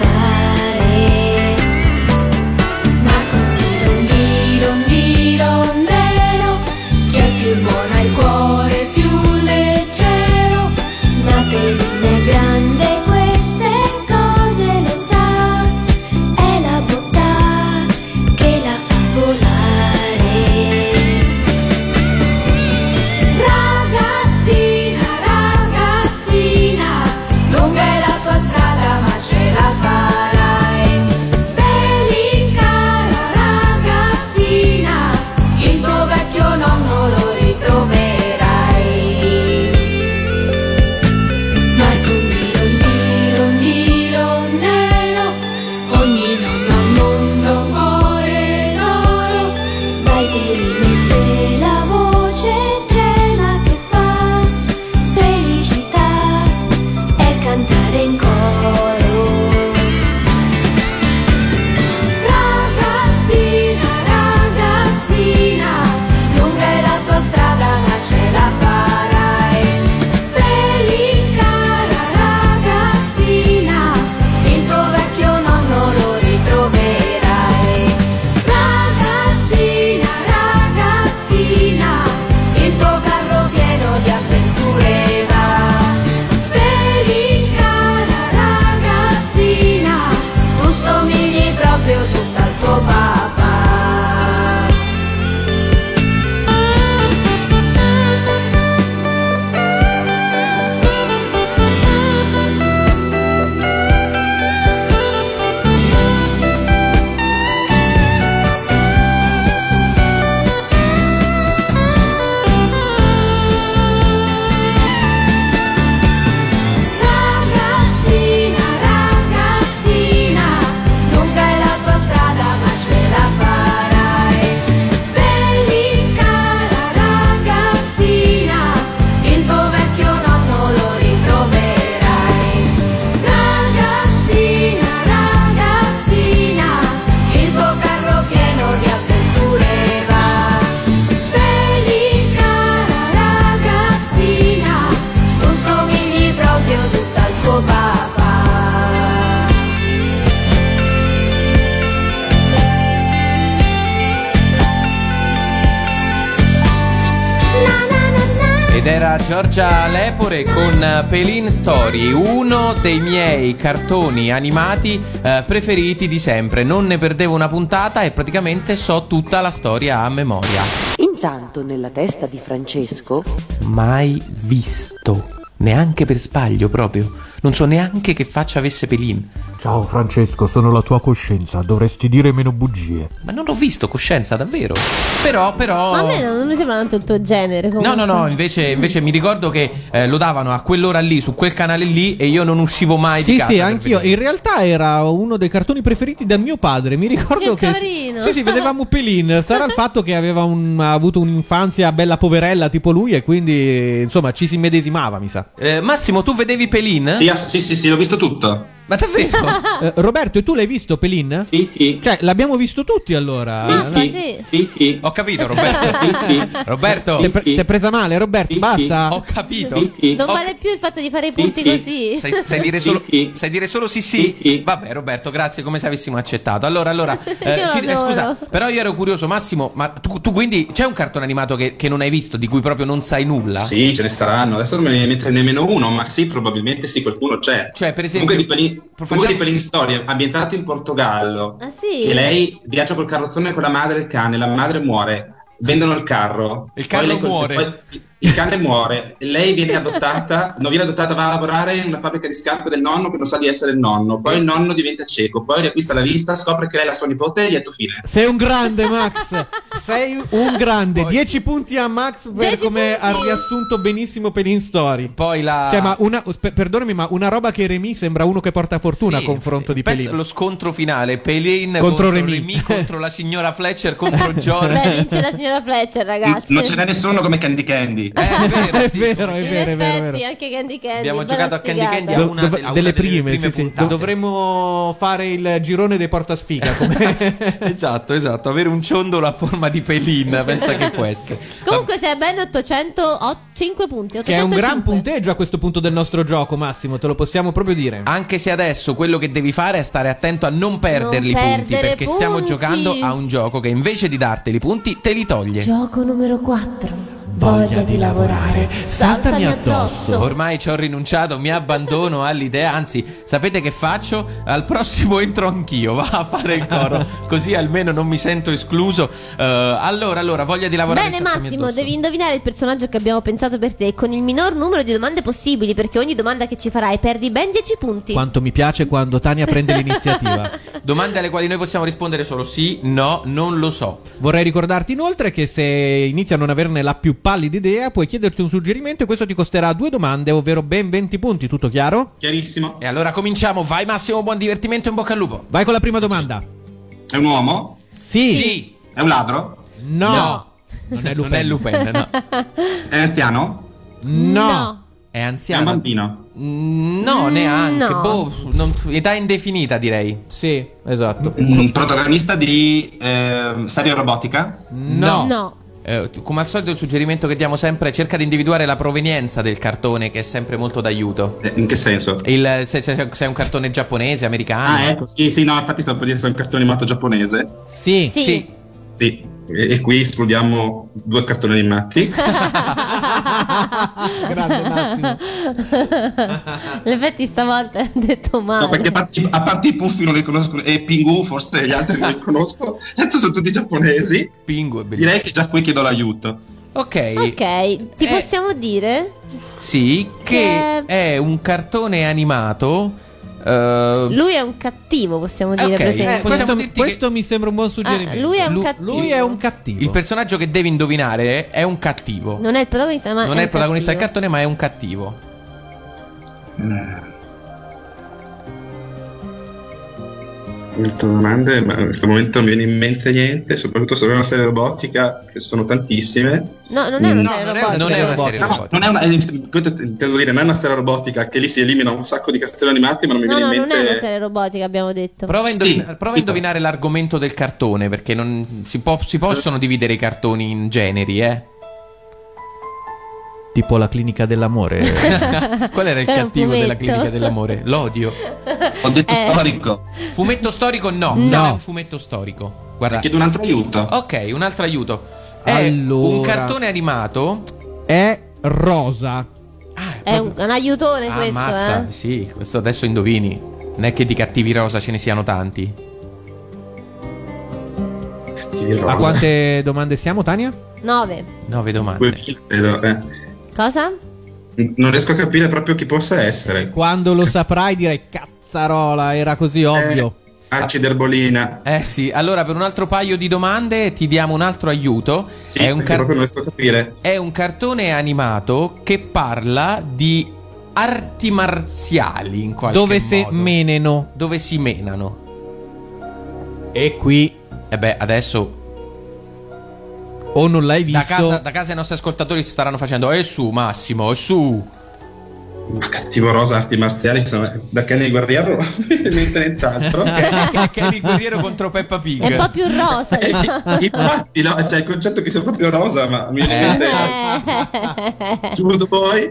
chiede in coro. Ragazzina, ragazzina, lunga è la tua strada ma ce la farai. Cara ragazzina, il tuo vecchio nonno lo ritroverai. Ragazzina, ragazzina, il tuo carro pieno di avventure va. Cara ragazzina, tu somigli proprio tutta al tuo papà. Ragazzina, ragazzina, lunga è la tua strada ma ce la farai. Cara ragazzina, il tuo vecchio nonno lo ritroverai. Ragazzina, ragazzina, il tuo carro pieno di avventure va. Cara ragazzina, tu somigli proprio tutta al tuo papà. Ed era Giorgia Lepore con Pelin Story, uno dei miei cartoni animati preferiti di sempre. Non ne perdevo una puntata e praticamente so tutta la storia a memoria. Intanto nella testa di Francesco Mai visto, neanche per sbaglio proprio. Non so neanche che faccia avesse Pelin. Ciao Francesco, sono la tua coscienza, dovresti dire meno bugie. Ma non l'ho visto, Coscienza, davvero. Però Ma a me non mi sembra tanto il tuo genere comunque. No, invece mi ricordo che lo davano a quell'ora lì, su quel canale lì, e io non uscivo mai di casa. Sì, anch'io. In realtà era uno dei cartoni preferiti da mio padre. Mi ricordo Che che carino. Sì, vedevamo Pelin. Sarà il fatto che aveva avuto un'infanzia bella poverella tipo lui e quindi insomma ci si medesimava, mi sa. Massimo, tu vedevi Pelin? Sì, l'ho visto tutto. Ma davvero? Roberto, e tu l'hai visto Pelin? Sì. Cioè, l'abbiamo visto tutti allora. Sì. Ho capito, Roberto. Sì. Roberto, Ti è presa male, Roberto? Sì, Basta. ho capito. Sì. Non vale più il fatto di fare i punti sì. così. Sai dire solo Sì. sai dire solo sì? Sì. Vabbè, Roberto, grazie, come se avessimo accettato. Allora Io lo adoro. scusa, però io ero curioso, Massimo, ma tu quindi c'è un cartone animato che non hai visto, di cui proprio non sai nulla? Sì, ce ne saranno. Adesso non me ne mette nemmeno uno, ma sì, probabilmente sì, qualcuno c'è. Cioè, per esempio, Comunque di Pelin Storia, ambientato in Portogallo. Ah, sì? E lei viaggia col carrozzone con la madre e il cane, la madre muore. Vendono il carro. Il carro Poi lei- muore. poi il cane muore. Lei viene adottata, non viene adottata, va a lavorare in una fabbrica di scarpe del nonno che non sa di essere il nonno. Poi il nonno diventa cieco, poi riacquista la vista, scopre che lei è la sua nipote e lieto fine. Sei un grande, Max. Sei un grande. Poi- 10 punti a Max per 10 come punti. ha riassunto benissimo Pelin Story. Poi la Cioè, ma perdonami, ma una roba che Remy sembra uno che porta fortuna a Sì, confronto di pensa Pelin. lo scontro finale, Pelin Contro contro Remy. contro la signora Fletcher contro John. Beh, vince la signora Fletcher, ragazzi. Non ce n'è nessuno come Candy Candy. È vero, È sì. vero, è In vero, è vero, è effetti, vero. anche Candy Candy. Abbiamo bella giocato a Candy sfigata. Candy a una Delle prime, sì, sì. puntate. Dovremmo fare il girone dei portasfiga come... Esatto, avere un ciondolo a forma di Pelin, pensa che può essere. Comunque sei ben 805 punti. 805. Che è un gran punteggio a questo punto del nostro gioco, Massimo, te lo possiamo proprio dire. Anche se adesso quello che devi fare è stare attento a non perderli i Non punti, perdere perché stiamo punti. giocando a un gioco che invece di darteli i punti te li toglie. Gioco numero 4. Voglia di lavorare, saltami addosso. Ormai ci ho rinunciato, mi abbandono all'idea, anzi, sapete che faccio? Al prossimo entro anch'io, va a fare il coro, così almeno non mi sento escluso. Allora, voglia di lavorare. Bene saltami Massimo, addosso. devi indovinare il personaggio che abbiamo pensato per te con il minor numero di domande possibili, perché ogni domanda che ci farai perdi ben 10 punti. Quanto mi piace quando Tania prende l'iniziativa. Domande alle quali noi possiamo rispondere solo sì, no, non lo so. Vorrei ricordarti inoltre che se inizi a non averne la più pallida idea, puoi chiederti un suggerimento e questo ti costerà 2 domande, ovvero ben 20 punti. Tutto chiaro? Chiarissimo. E allora cominciamo, vai Massimo, buon divertimento, in bocca al lupo. Vai con la prima domanda. È un uomo? Sì. È un ladro? No. Non è Lupin. Non è Lupin, no. È anziano? No. È È È un anziana? bambino. No, neanche. No. Boh, età indefinita, direi. Sì, esatto. Protagonista di serie robotica? No. Come al solito il suggerimento che diamo sempre: cerca di individuare la provenienza del cartone, che è sempre molto d'aiuto. In che senso? Se è un cartone giapponese, americano. Ah, ecco, sì, no, infatti stavo per dire se è un cartone animato giapponese. Sì. Sì. Sì, e qui escludiamo 2 cartoni animati. Grande Massimo. In effetti stavolta ho detto male. No, perché a parte i Puffi non li conosco, e Pingu forse gli altri non li conosco, gli altri sono tutti giapponesi. Pingu è bellissimo. Direi che già qui chiedo l'aiuto. Ok. Ti possiamo dire? Sì, che è un cartone animato. Lui è un cattivo, possiamo dire, ok. per esempio. Possiamo dirti Questo mi sembra un buon suggerimento. lui è un cattivo. Lui è un cattivo. il personaggio che devi indovinare è un cattivo. Non è il protagonista, ma Non è il protagonista del cattivo. cartone, ma è un cattivo. Molto domande, ma in questo momento non mi viene in mente niente, soprattutto se è una serie robotica, che sono tantissime. No, non è una serie robotica. Non è una serie No, robotica. non è intendo dire, non è una serie robotica, che lì si elimina un sacco di cartoni animati, ma non mi No, viene in non mente. è una serie robotica, abbiamo detto. Prova a Sì. indovinare l'argomento del cartone, perché non si possono dividere i cartoni in generi, Tipo la clinica dell'amore. Qual era il Era un cattivo della fumetto. clinica dell'amore? L'odio. Ho detto storico. Fumetto storico? No, non è un fumetto storico. Guarda. Chiedo un altro aiuto. Ok, un altro aiuto. È Allora. un cartone animato. È rosa. È un aiutone questo, Ammazza, sì, questo adesso indovini. Non è che di cattivi rosa ce ne siano tanti. Sì, rosa. A quante domande siamo, Tania? 9. 9 domande. 2000, credo, Cosa? Non riesco a capire proprio chi possa essere. Quando lo saprai direi cazzarola, era così ovvio. Aciderbolina. Sì, allora per un altro paio di domande ti diamo un altro aiuto. Sì, è, un perché proprio non riesco a capire. è un cartone animato che parla di arti marziali in qualche Dove modo. si meneno. Dove si menano. E qui E beh, adesso o non l'hai visto. da casa i nostri ascoltatori si staranno facendo e su Massimo, e su. Ma cattivo rosa, arti marziali, insomma, da Kenny il Guerriero non mi viene in mente nient'altro. Che è il guerriero contro Peppa Pig. È un po' più rosa, diciamo. Infatti, no, cioè il concetto che sia proprio rosa, ma mi viene in mente Jude Boy.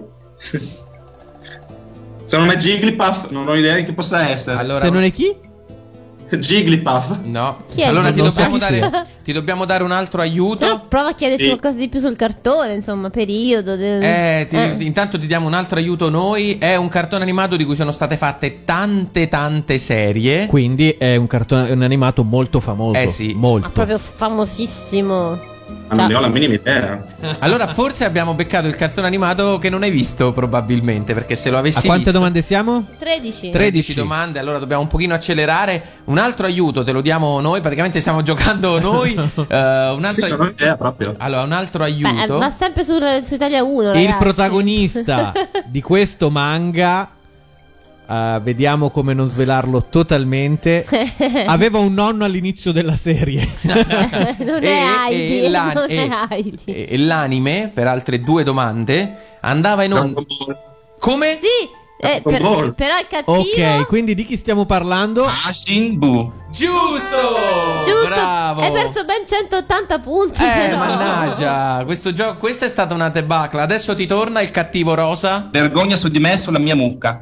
Se non è Jigglypuff, non ho idea di chi possa essere. Allora, Se non è chi? Jigglypuff. no. Chi è Allora il ti non dobbiamo, so chi dare, ti dobbiamo dare un altro aiuto. Se no, prova a chiederci Sì. qualcosa di più sul cartone, insomma, periodo. Intanto ti diamo un altro aiuto noi. È un cartone animato di cui sono state fatte tante serie. Quindi è un cartone, un animato molto famoso. Sì. Molto. Ma proprio famosissimo. Ma non ne ho la minima idea. Allora forse abbiamo beccato il cartone animato che non hai visto probabilmente, perché se lo avessi A quante visto, domande siamo? 13. 13 domande, allora dobbiamo un pochino accelerare. Un altro aiuto te lo diamo noi, praticamente stiamo giocando noi. Un altro Sì, non ho idea proprio. Allora, un altro Beh, aiuto. va sempre su Italia 1, ragazzi. Il protagonista di questo manga, vediamo come non svelarlo totalmente, aveva un nonno all'inizio della serie. non è Heidi. Non è e Heidi. l'anime, per altre 2 domande, andava in onda. Dragon Ball. Come? Sì, Dragon Ball. però il cattivo. Ok, quindi di chi stiamo parlando? Majin Buu. Giusto! Giusto, Bravo! hai perso ben 180 punti. però. Mannaggia, questa è stata una debacle. Adesso ti torna il cattivo rosa. Vergogna su di me e sulla mia mucca.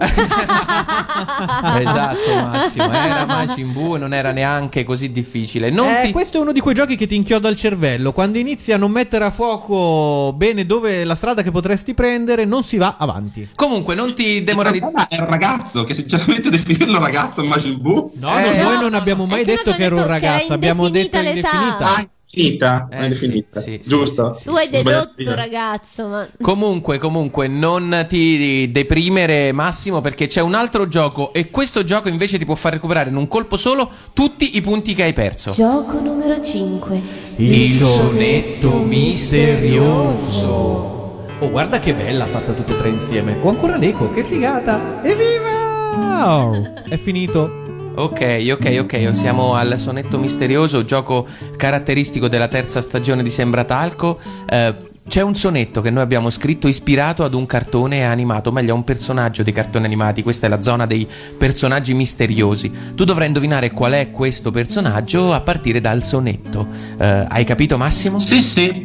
Esatto, Massimo. Era Majin Buu e non era neanche così difficile. Questo è uno di quei giochi che ti inchioda il cervello. Quando inizi a non mettere a fuoco bene dove la strada che potresti prendere, non si va avanti. Comunque, non ti demoralizzare. Ma è un ragazzo, che sinceramente definirlo ragazzo Majin Buu. No, noi non abbiamo mai è che detto noi che era un abbiamo detto che era ragazzo, abbiamo detto indefinita l'età. indefinita. Indefinita. Sì, Indefinita. sì, Giusto. sì, Tu hai Ho sbagliato dedotto, prima. ragazzo, ma... Comunque, non ti deprimere, Massimo, perché c'è un altro gioco e questo gioco invece ti può far recuperare in un colpo solo tutti i punti che hai perso. Gioco numero 5. Il sonetto misterioso. Oh, guarda che bella fatta tutte e tre insieme. Ho ancora l'eco, che figata. Evviva! Oh, è finito. Ok, siamo al sonetto misterioso, gioco caratteristico della terza stagione di Sembratalco. c'è un sonetto che noi abbiamo scritto ispirato ad un cartone animato, o meglio a un personaggio dei cartoni animati. Questa è la zona dei personaggi misteriosi. Tu dovrai indovinare qual è questo personaggio a partire dal sonetto. Hai capito, Massimo? Sì.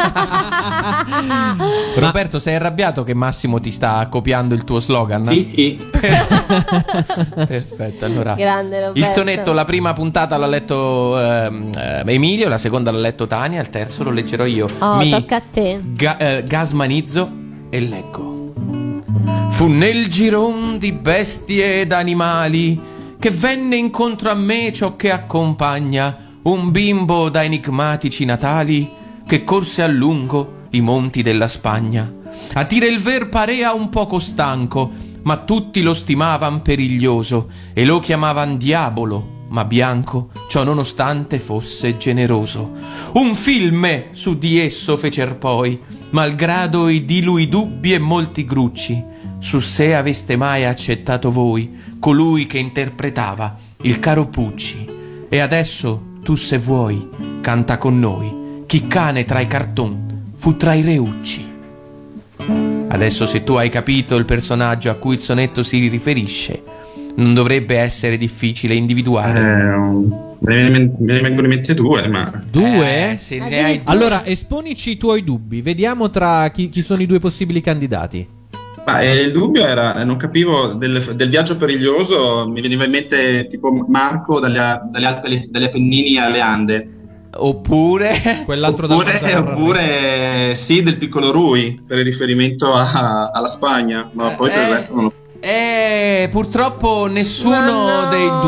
Roberto, sei arrabbiato che Massimo ti sta copiando il tuo slogan? Sì. Perfetto, allora. Grande Roberto. Il sonetto, la prima puntata l'ha letto Emilio, la seconda l'ha letto Tania, il terzo lo leggerò io. Tocca a te. Gasmanizzo e leggo. Fu nel giron di bestie ed animali che venne incontro a me ciò che accompagna un bimbo da enigmatici natali che corse a lungo i monti della Spagna. A dire il ver parea un poco stanco, ma tutti lo stimavan periglioso e lo chiamavan diavolo, ma bianco, ciò nonostante fosse generoso. Un filme su di esso fecer poi, malgrado i di lui dubbi e molti grucci. Su se aveste mai accettato voi colui che interpretava il caro Pucci. E adesso tu, se vuoi, canta con noi chi cane tra i carton fu tra i reucci. Adesso, se tu hai capito il personaggio a cui il sonetto si riferisce, non dovrebbe essere difficile individuare. Me ne vengono in mente due, ma... Due? Se ne hai due. Allora, esponici i tuoi dubbi. Vediamo tra chi sono i due possibili candidati. Ma il dubbio era, non capivo, del viaggio periglioso, mi veniva in mente tipo Marco dalle Appennini alle Ande. Oppure Quell'altro oppure sì, del piccolo Rui, per il riferimento alla Spagna, ma poi per il resto non lo... purtroppo nessuno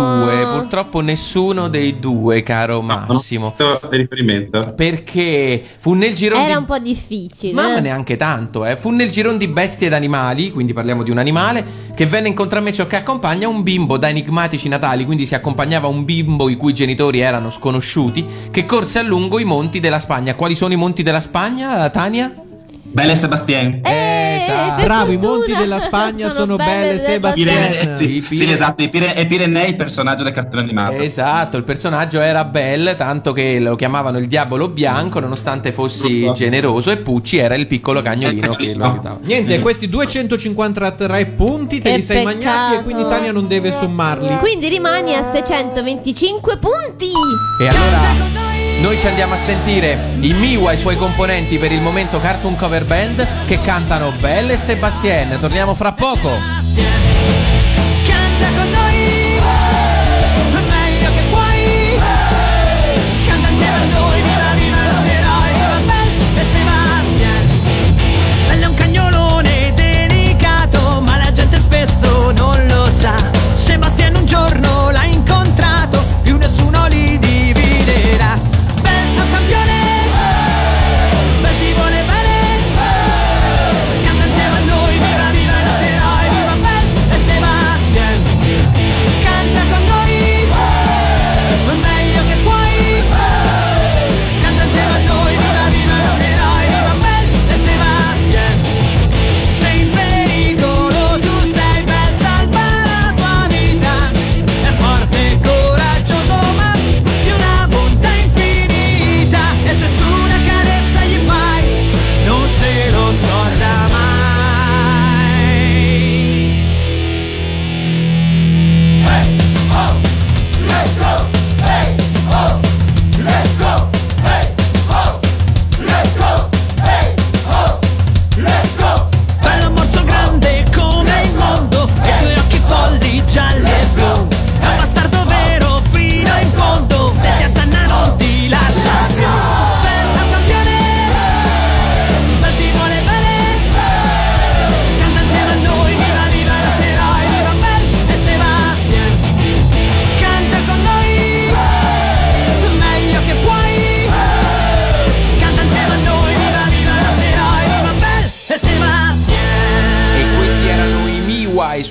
dei due, caro Massimo. Non ho riferimento. Perché fu nel girone Era un po' difficile. Ma neanche tanto, Fu nel giron di bestie ed animali, quindi parliamo di un animale, che venne incontro a me ciò che accompagna un bimbo da enigmatici natali, quindi si accompagnava un bimbo i cui genitori erano sconosciuti, che corse a lungo i monti della Spagna. Quali sono i monti della Spagna, Tania? Belle Sebastien. Esatto. Bravo, i monti della Spagna sono Belle Sebastien. Sì, esatto, e Pirenei, il personaggio del cartone animato. Esatto, il personaggio era Belle, tanto che lo chiamavano il diavolo bianco, nonostante fossi generoso, e Pucci era il piccolo cagnolino che lo aiutava. Niente, questi 253 punti te li sei peccato. magnati e quindi Tania non deve sommarli. Quindi rimani a 625 punti. E allora noi ci andiamo a sentire i Miwa e i suoi componenti, per il momento Cartoon Cover Band, che cantano Belle e Sebastien. Torniamo fra poco. Canta con noi, meglio che puoi. Canta insieme a noi, viva i nostri eroi, viva Belle e Sebastien. Belle è un cagnolone delicato, ma la gente spesso non lo sa. Sebastien un giorno l'ha incontrato, più nessuno li dividerà. Belle è un campione, Belle ti vuole bene. Canta insieme a noi, viva i nostri eroi, viva Belle e Sebastien.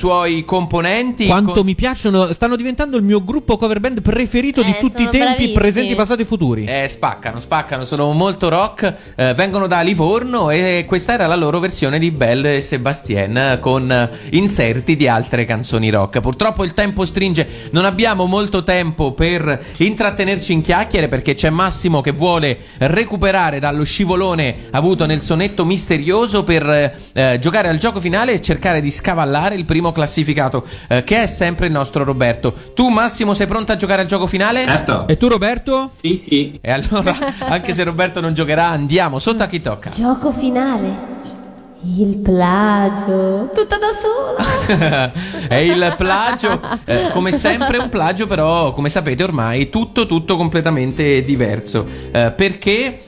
suoi componenti. Quanto mi piacciono, stanno diventando il mio gruppo cover band preferito di tutti i tempi, bravissimi. presenti, passati e futuri. Spaccano, sono molto rock, vengono da Livorno e questa era la loro versione di Belle e Sébastien con inserti di altre canzoni rock. Purtroppo il tempo stringe, non abbiamo molto tempo per intrattenerci in chiacchiere perché c'è Massimo che vuole recuperare dallo scivolone avuto nel sonetto misterioso per giocare al gioco finale e cercare di scavallare il primo classificato, che è sempre il nostro Roberto. Tu Massimo sei pronto a giocare al gioco finale? Certo. E tu Roberto? Sì. E allora, anche se Roberto non giocherà, andiamo sotto a chi tocca. Gioco finale. Il plagio. Tutta da sola. È il plagio, come sempre un plagio, però come sapete ormai tutto completamente diverso, perché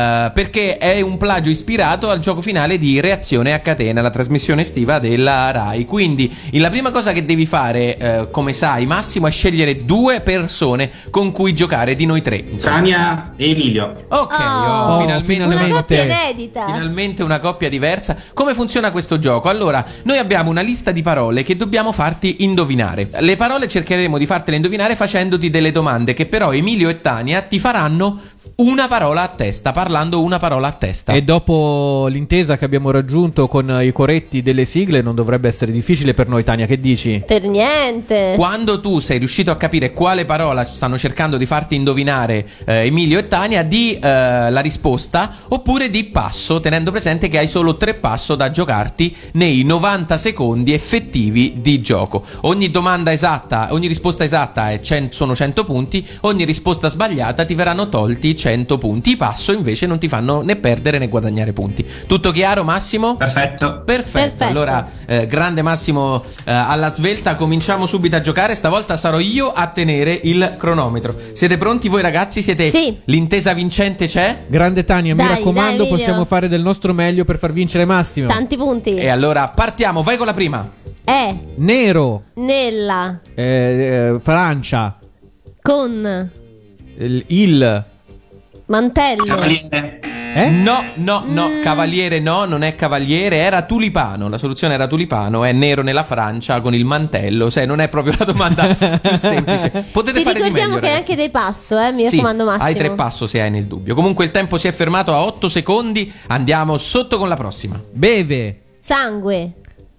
è un plagio ispirato al gioco finale di Reazione a catena, la trasmissione estiva della Rai. Quindi la prima cosa che devi fare, come sai Massimo, è scegliere 2 persone con cui giocare di noi 3, insomma. Tania e Emilio. Ok, Oh, finalmente una coppia inedita. Finalmente una coppia diversa. Come funziona questo gioco? Allora, noi abbiamo una lista di parole che dobbiamo farti indovinare. Le parole cercheremo di fartele indovinare facendoti delle domande che però Emilio e Tania ti faranno una parola a testa, parlando una parola a testa. E dopo l'intesa che abbiamo raggiunto con i coretti delle sigle non dovrebbe essere difficile per noi, Tania, che dici? Per niente. Quando tu sei riuscito a capire quale parola stanno cercando di farti indovinare Emilio e Tania, di la risposta oppure di passo, tenendo presente che hai solo 3 passo da giocarti nei 90 secondi effettivi di gioco. Ogni domanda esatta, ogni risposta esatta sono 100 punti, ogni risposta sbagliata ti verranno tolti 100 punti. I passo invece non ti fanno né perdere né guadagnare punti. Tutto chiaro Massimo? Perfetto. Perfetto. Allora grande Massimo alla svelta, cominciamo subito a giocare. Stavolta sarò io a tenere il cronometro. Siete pronti voi ragazzi? Siete? Sì. L'intesa vincente c'è? Grande Tania, mi Dai, raccomando, Emilio. possiamo fare del nostro meglio per far vincere Massimo. Tanti punti. E allora partiamo, vai con la prima. Nero, Nella. Francia, Con. il Mantello. Cavaliere. No, cavaliere no, non è cavaliere, era tulipano. La soluzione era tulipano, è nero nella Francia con il mantello. Non è proprio la domanda più semplice. Potete Ti fare di ricordiamo meglio, che hai ragazzi. anche dei passo, mi Sì, raccomando Massimo. hai 3 passo se hai nel dubbio. Comunque il tempo si è fermato a 8 secondi. Andiamo sotto con la prossima. beve, Sangue.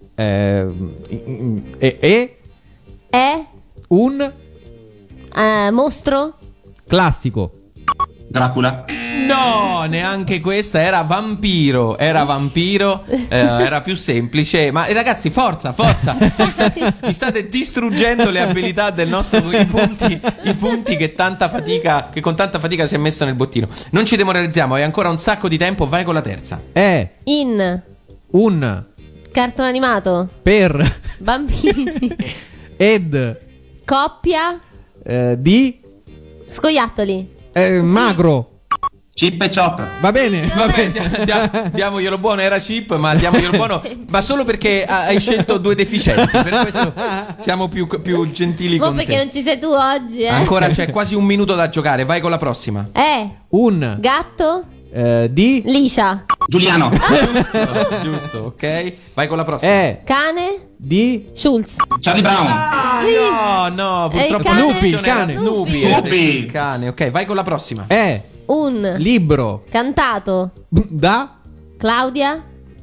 un Mostro. classico. Dracula. No, neanche questa, era vampiro, era più semplice. Ma ragazzi, forza, vi state distruggendo le abilità del nostro, i punti che con tanta fatica si è messo nel bottino. Non ci demoralizziamo, hai ancora un sacco di tempo, vai con la terza. In. Un Cartone animato. per Bambini. ed Coppia. di Scoiattoli. magro. Chip e Chop. Va bene. Diamoglielo buono, era chip, ma diamoglielo buono, ma solo perché hai scelto 2 deficienti. Per questo siamo più gentili con perché te. non ci sei tu oggi, Ancora c'è quasi un minuto da giocare, vai con la prossima. Un Gatto. di Liscia. Giuliano. Giusto, ok. Vai con la prossima. Cane. di Schulz. Charlie Brown. No, È il purtroppo cane? la soluzione il cane. era Snoopy. Snoopy. Il cane, ok, vai con la prossima. Un. libro Cantato. da Claudia.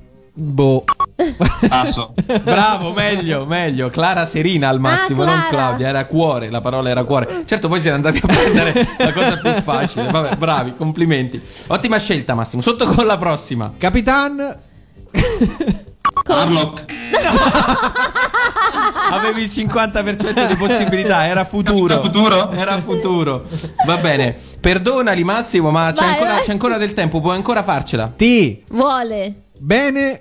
Passo. Bravo, meglio. Clara Serina al massimo, non Clara. Claudia, era cuore, la parola era cuore. Certo, poi siete andati a prendere la cosa più facile. Vabbè, bravi, complimenti. Ottima scelta, Massimo. Sotto con la prossima. Capitan Harlock. Avevi il 50% di possibilità, era futuro. Era futuro. Va bene. Perdonali Massimo, ma c'è ancora del tempo, puoi ancora farcela. ti Vuole. bene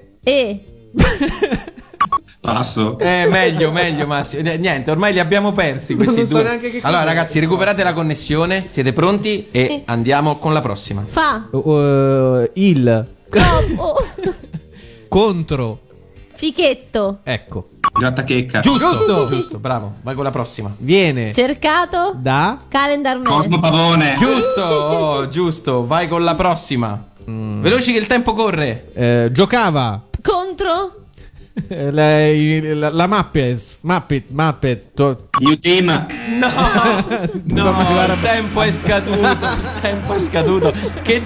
Passo. Meglio Massimo. Niente, ormai li abbiamo persi questi Non so due. neanche che cosa. Allora ragazzi, recuperate la connessione, siete pronti e Sì. andiamo con la prossima. Fa. il Troppo. contro Fichetto. ecco Grattachecca. Giusto, bravo. Vai con la prossima. viene Cercato. da Calendar Man. Cosmo Pavone. Giusto. Vai con la prossima. Veloci che il tempo corre. giocava Contro. La Muppet. New Team. No, il tempo è scaduto. Che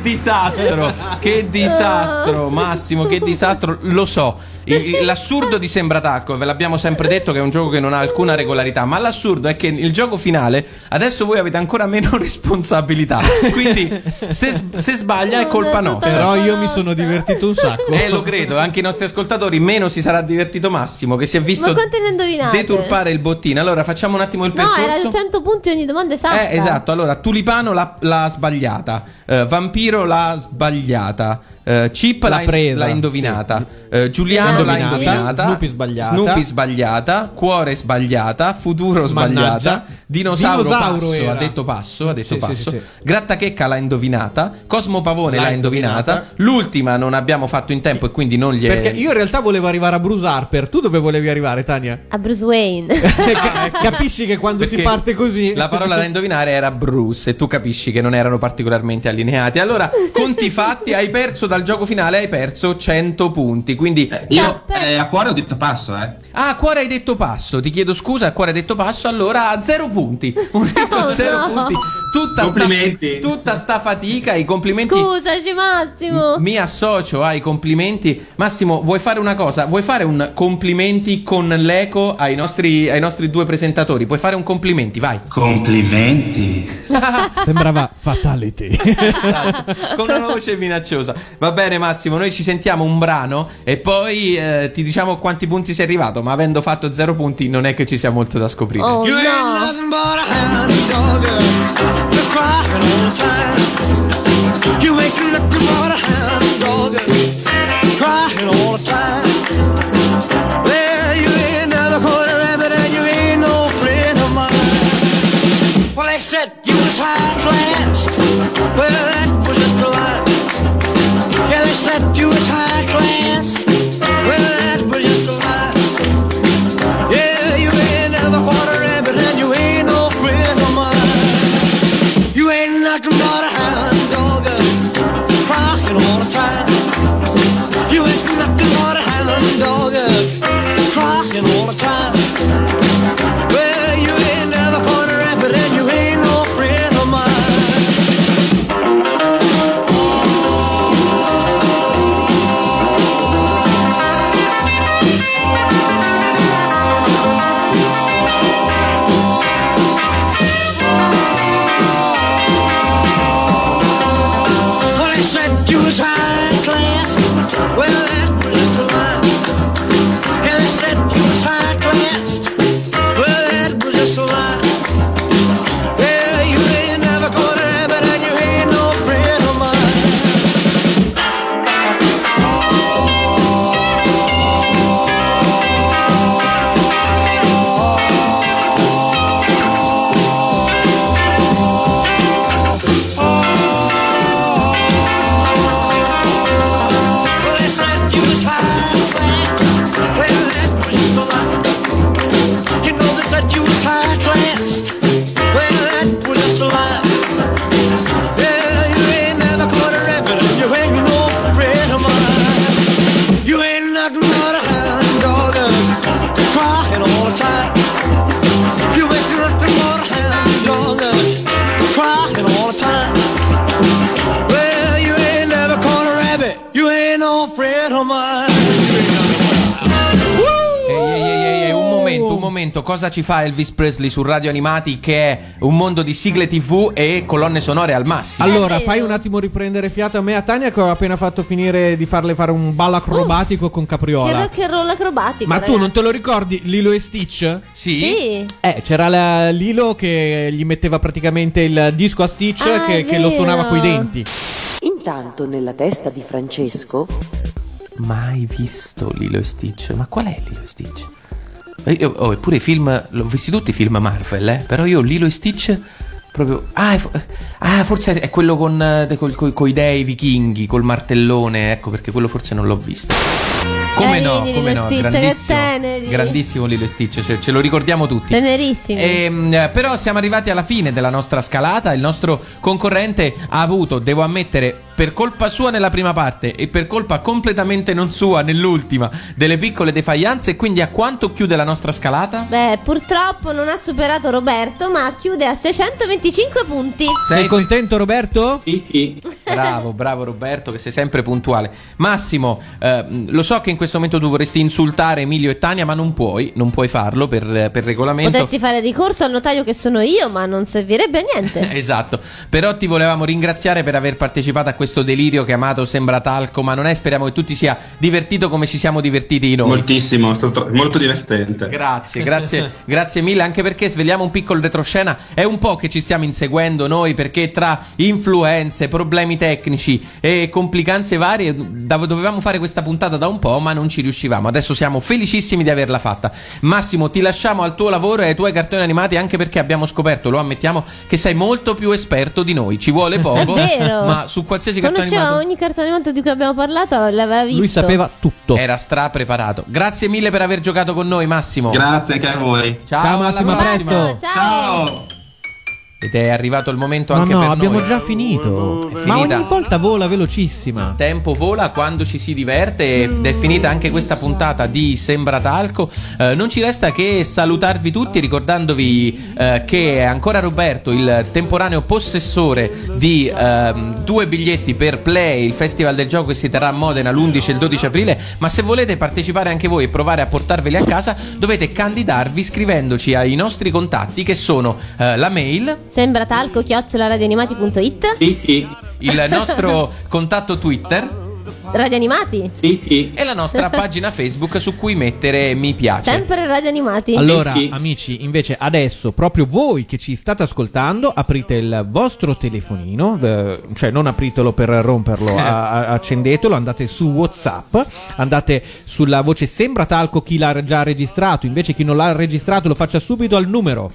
disastro, Massimo, che disastro. Lo so, l'assurdo di Sembratalco, ve l'abbiamo sempre detto che è un gioco che non ha alcuna regolarità, ma l'assurdo è che il gioco finale adesso voi avete ancora meno responsabilità, quindi se sbaglia è colpa nostra. Però io mi sono divertito un sacco. Lo credo, anche i nostri ascoltatori. Meno si sarà divertito Massimo, che si è visto deturpare il bottino. Allora facciamo un attimo il percorso. No, era 100 punti ogni domanda esatta. Esatto. Allora, Tulipano l'ha sbagliata, Vampiro l'ha sbagliata, Chip l'ha indovinata, sì. Giuliano l'ha indovinata, Snoopy sbagliata, Cuore sbagliata, Futuro sbagliata, Dinosauro ha detto passo. Sì. Grattachecca l'ha indovinata, Cosmo Pavone l'ha indovinata. L'ultima non abbiamo fatto in tempo e quindi non gli è... Perché io in realtà volevo arrivare a Bruce Harper. Tu dove volevi arrivare, Tania? A Bruce Wayne. Capisci che quando si parte così la parola da indovinare era Bruce e tu capisci che non erano particolarmente allineati. Allora, conti fatti, hai perso dal gioco finale, hai perso 100 punti. Quindi io a cuore ho detto passo, a cuore hai detto passo. Ti chiedo scusa, a cuore hai detto passo. Allora 0 punti. Punti. Tutta sta fatica, i complimenti. Scusaci Massimo. Mi associo ai complimenti. Massimo, vuoi fare una cosa? Vuoi fare un complimenti con l'eco ai nostri due presentatori? Puoi fare un complimenti, vai. Complimenti. Sembrava Fatality. Esatto, con una voce minacciosa. Va bene Massimo, noi ci sentiamo un brano e poi ti diciamo quanti punti sei arrivato, ma avendo fatto 0 punti non è che ci sia molto da scoprire. Oh no. Said you was high class. Well, that was just a lie. Yeah, they said you was high class. Well, that was just a lie. Yeah, you ain't never caught a rabbit and you ain't no friend of mine. You ain't nothing but a hound dog, crying all the time. You ain't nothing but a hound dog, crying all the time. Well, you ain't never caught a rabbit and you ain't no friend of mine. Well, they said you was high class. Well, that was just a lie. Yeah, they said you was high class. Well, that was just a lie. Yeah, you ain't never caught a rabbit and you ain't no friend of mine. Well, they said you was high class. Well, that was just a lie. You know they said you was high class. Well, that was just a lie. Yeah, you ain't never caught a rabbit and you ain't no friend of mine. You ain't nothing but a hound dog, crying all the time. You ain't nothing but a hound dog, crying all the time. Well, you ain't never caught a rabbit, you ain't no friend of mine. Ehi, un momento, cosa ci fa Elvis Presley su Radio Animati, che è un mondo di sigle TV e colonne sonore al massimo? Allora, fai un attimo riprendere fiato a me, a Tania, che ho appena fatto finire di farle fare un ballo acrobatico con Capriola. Che rock and roll acrobatico. Ma ragazzi, tu non te lo ricordi Lilo e Stitch? Sì. C'era Lilo che gli metteva praticamente il disco a Stitch che lo suonava coi denti. Intanto nella testa di Francesco Mai visto Lilo e Stitch? Ma qual è Lilo e Stitch? Eppure i film, l'ho visti tutti i film Marvel, però io Lilo e Stitch proprio... forse è quello con i dei vichinghi, col martellone, ecco perché quello forse non l'ho visto. Come no, grandissimo Lilo e Stitch, ce lo ricordiamo tutti. Tenerissimo. Però siamo arrivati alla fine della nostra scalata. Il nostro concorrente ha avuto, devo ammettere, per colpa sua nella prima parte e per colpa completamente non sua nell'ultima delle piccole defaianze. E quindi a quanto chiude la nostra scalata? Beh, purtroppo non ha superato Roberto, ma chiude a 625 punti. Sei contento, Roberto? Sì. Bravo Roberto, che sei sempre puntuale. Massimo, lo so che in questo momento tu vorresti insultare Emilio e Tania, ma non puoi farlo per regolamento. Potresti fare ricorso al notaio che sono io, ma non servirebbe a niente. Esatto, però ti volevamo ringraziare per aver partecipato a questo delirio chiamato Sembra Talco, ma non è, speriamo che tu ti sia divertito come ci siamo divertiti noi. Moltissimo, molto divertente. Grazie mille, anche perché svegliamo un piccolo retroscena, è un po' che ci stiamo inseguendo noi, perché tra influenze, problemi tecnici e complicanze varie dovevamo fare questa puntata da un po', ma non ci riuscivamo. Adesso siamo felicissimi di averla fatta. Massimo, ti lasciamo al tuo lavoro e ai tuoi cartoni animati, anche perché abbiamo scoperto, lo ammettiamo, che sei molto più esperto di noi. Ci vuole poco, è vero. ma su qualsiasi cartone Conosceva animato, ogni cartone animato di cui abbiamo parlato, l'aveva visto. Lui sapeva tutto. era preparato. Grazie mille per aver giocato con noi, Massimo. Grazie anche a voi. Ciao Massimo, alla a prossima. presto. Ciao. Ed è arrivato il momento No, anche per abbiamo noi. già finito. È Ma finita. ogni volta vola velocissima. Il tempo vola quando ci si diverte ed è finita anche questa puntata di Sembra Talco. Non ci resta che salutarvi tutti ricordandovi che è ancora Roberto il temporaneo possessore di 2 biglietti per Play, il festival del gioco che si terrà a Modena l'11 e il 12 aprile. Ma se volete partecipare anche voi e provare a portarveli a casa, dovete candidarvi scrivendoci ai nostri contatti, che sono la mail, sembratalco@radioanimati.it. Sì. il nostro contatto Twitter Radio Animati. Sì. e la nostra pagina Facebook su cui mettere mi piace. Sempre Radio Animati. Allora, Sì. amici, invece adesso, proprio voi che ci state ascoltando, aprite il vostro telefonino, cioè non apritelo per romperlo, accendetelo, andate su WhatsApp, andate sulla voce Sembra Talco, chi l'ha già registrato, invece chi non l'ha registrato lo faccia subito al numero.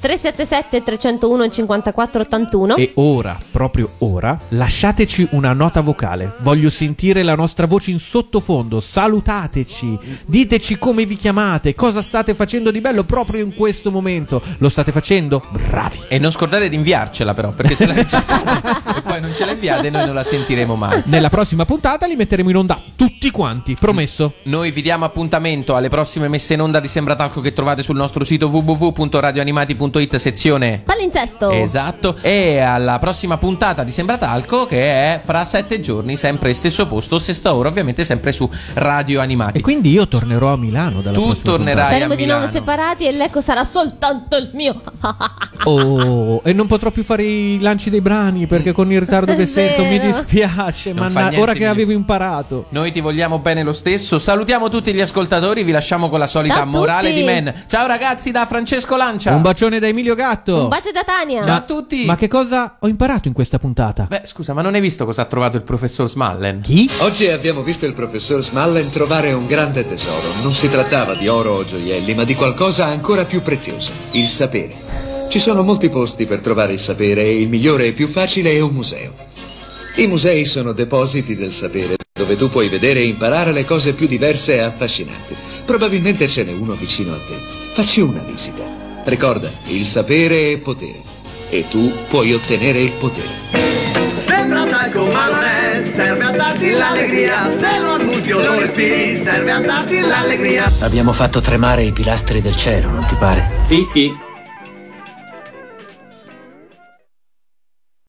377-301-5481. E ora, proprio ora, lasciateci una nota vocale. Voglio sentire la nostra voce in sottofondo. Salutateci, diteci come vi chiamate, cosa state facendo di bello proprio in questo momento. Lo state facendo? Bravi. E non scordate di inviarcela però, perché se la registrate e poi non ce la inviate noi non la sentiremo mai. Nella prossima puntata li metteremo in onda tutti quanti, promesso. Noi vi diamo appuntamento alle prossime messe in onda di Sembra Talco, che trovate sul nostro sito www.radioanimati.it, sezione Palinsesto. esatto, e alla prossima puntata di Sembra Talco, che è fra 7 giorni, sempre stesso posto, stessa ora, ovviamente sempre su Radio Animati. E quindi io tornerò a Milano dalla Tu prossima tornerai Saremo a di nuovo Milano. separati e l'eco sarà soltanto il mio. puntata. Oh, e non potrò più fare i lanci dei brani perché con il ritardo È che sento mi vero. dispiace, Non ma fa niente, ora che Emilio. avevo imparato. Noi ti vogliamo bene lo stesso. Salutiamo tutti gli ascoltatori. Vi lasciamo con la solita Ciao a morale tutti. di Men. Ciao ragazzi, da Francesco Lancia. Un bacione da Emilio Gatto. Un bacio da Tania. Ciao a tutti. Ma che cosa ho imparato in questa puntata? Beh, scusa, ma non hai visto cosa ha trovato il professor Smallen? Chi? Oggi abbiamo visto il professor Smallen trovare un grande tesoro. Non si trattava di oro o gioielli, ma di qualcosa ancora più prezioso, il sapere. Ci sono molti posti per trovare il sapere e il migliore e più facile è un museo. I musei sono depositi del sapere, dove tu puoi vedere e imparare le cose più diverse e affascinanti. Probabilmente ce n'è uno vicino a te. Facci una visita. Ricorda, il sapere è potere. E tu puoi ottenere il potere. Sembra talco ma non è, serve a darti l'allegria, se lo annusi o lo respiri, serve a darti l'allegria. Abbiamo fatto tremare i pilastri del cielo, non ti pare? Sì.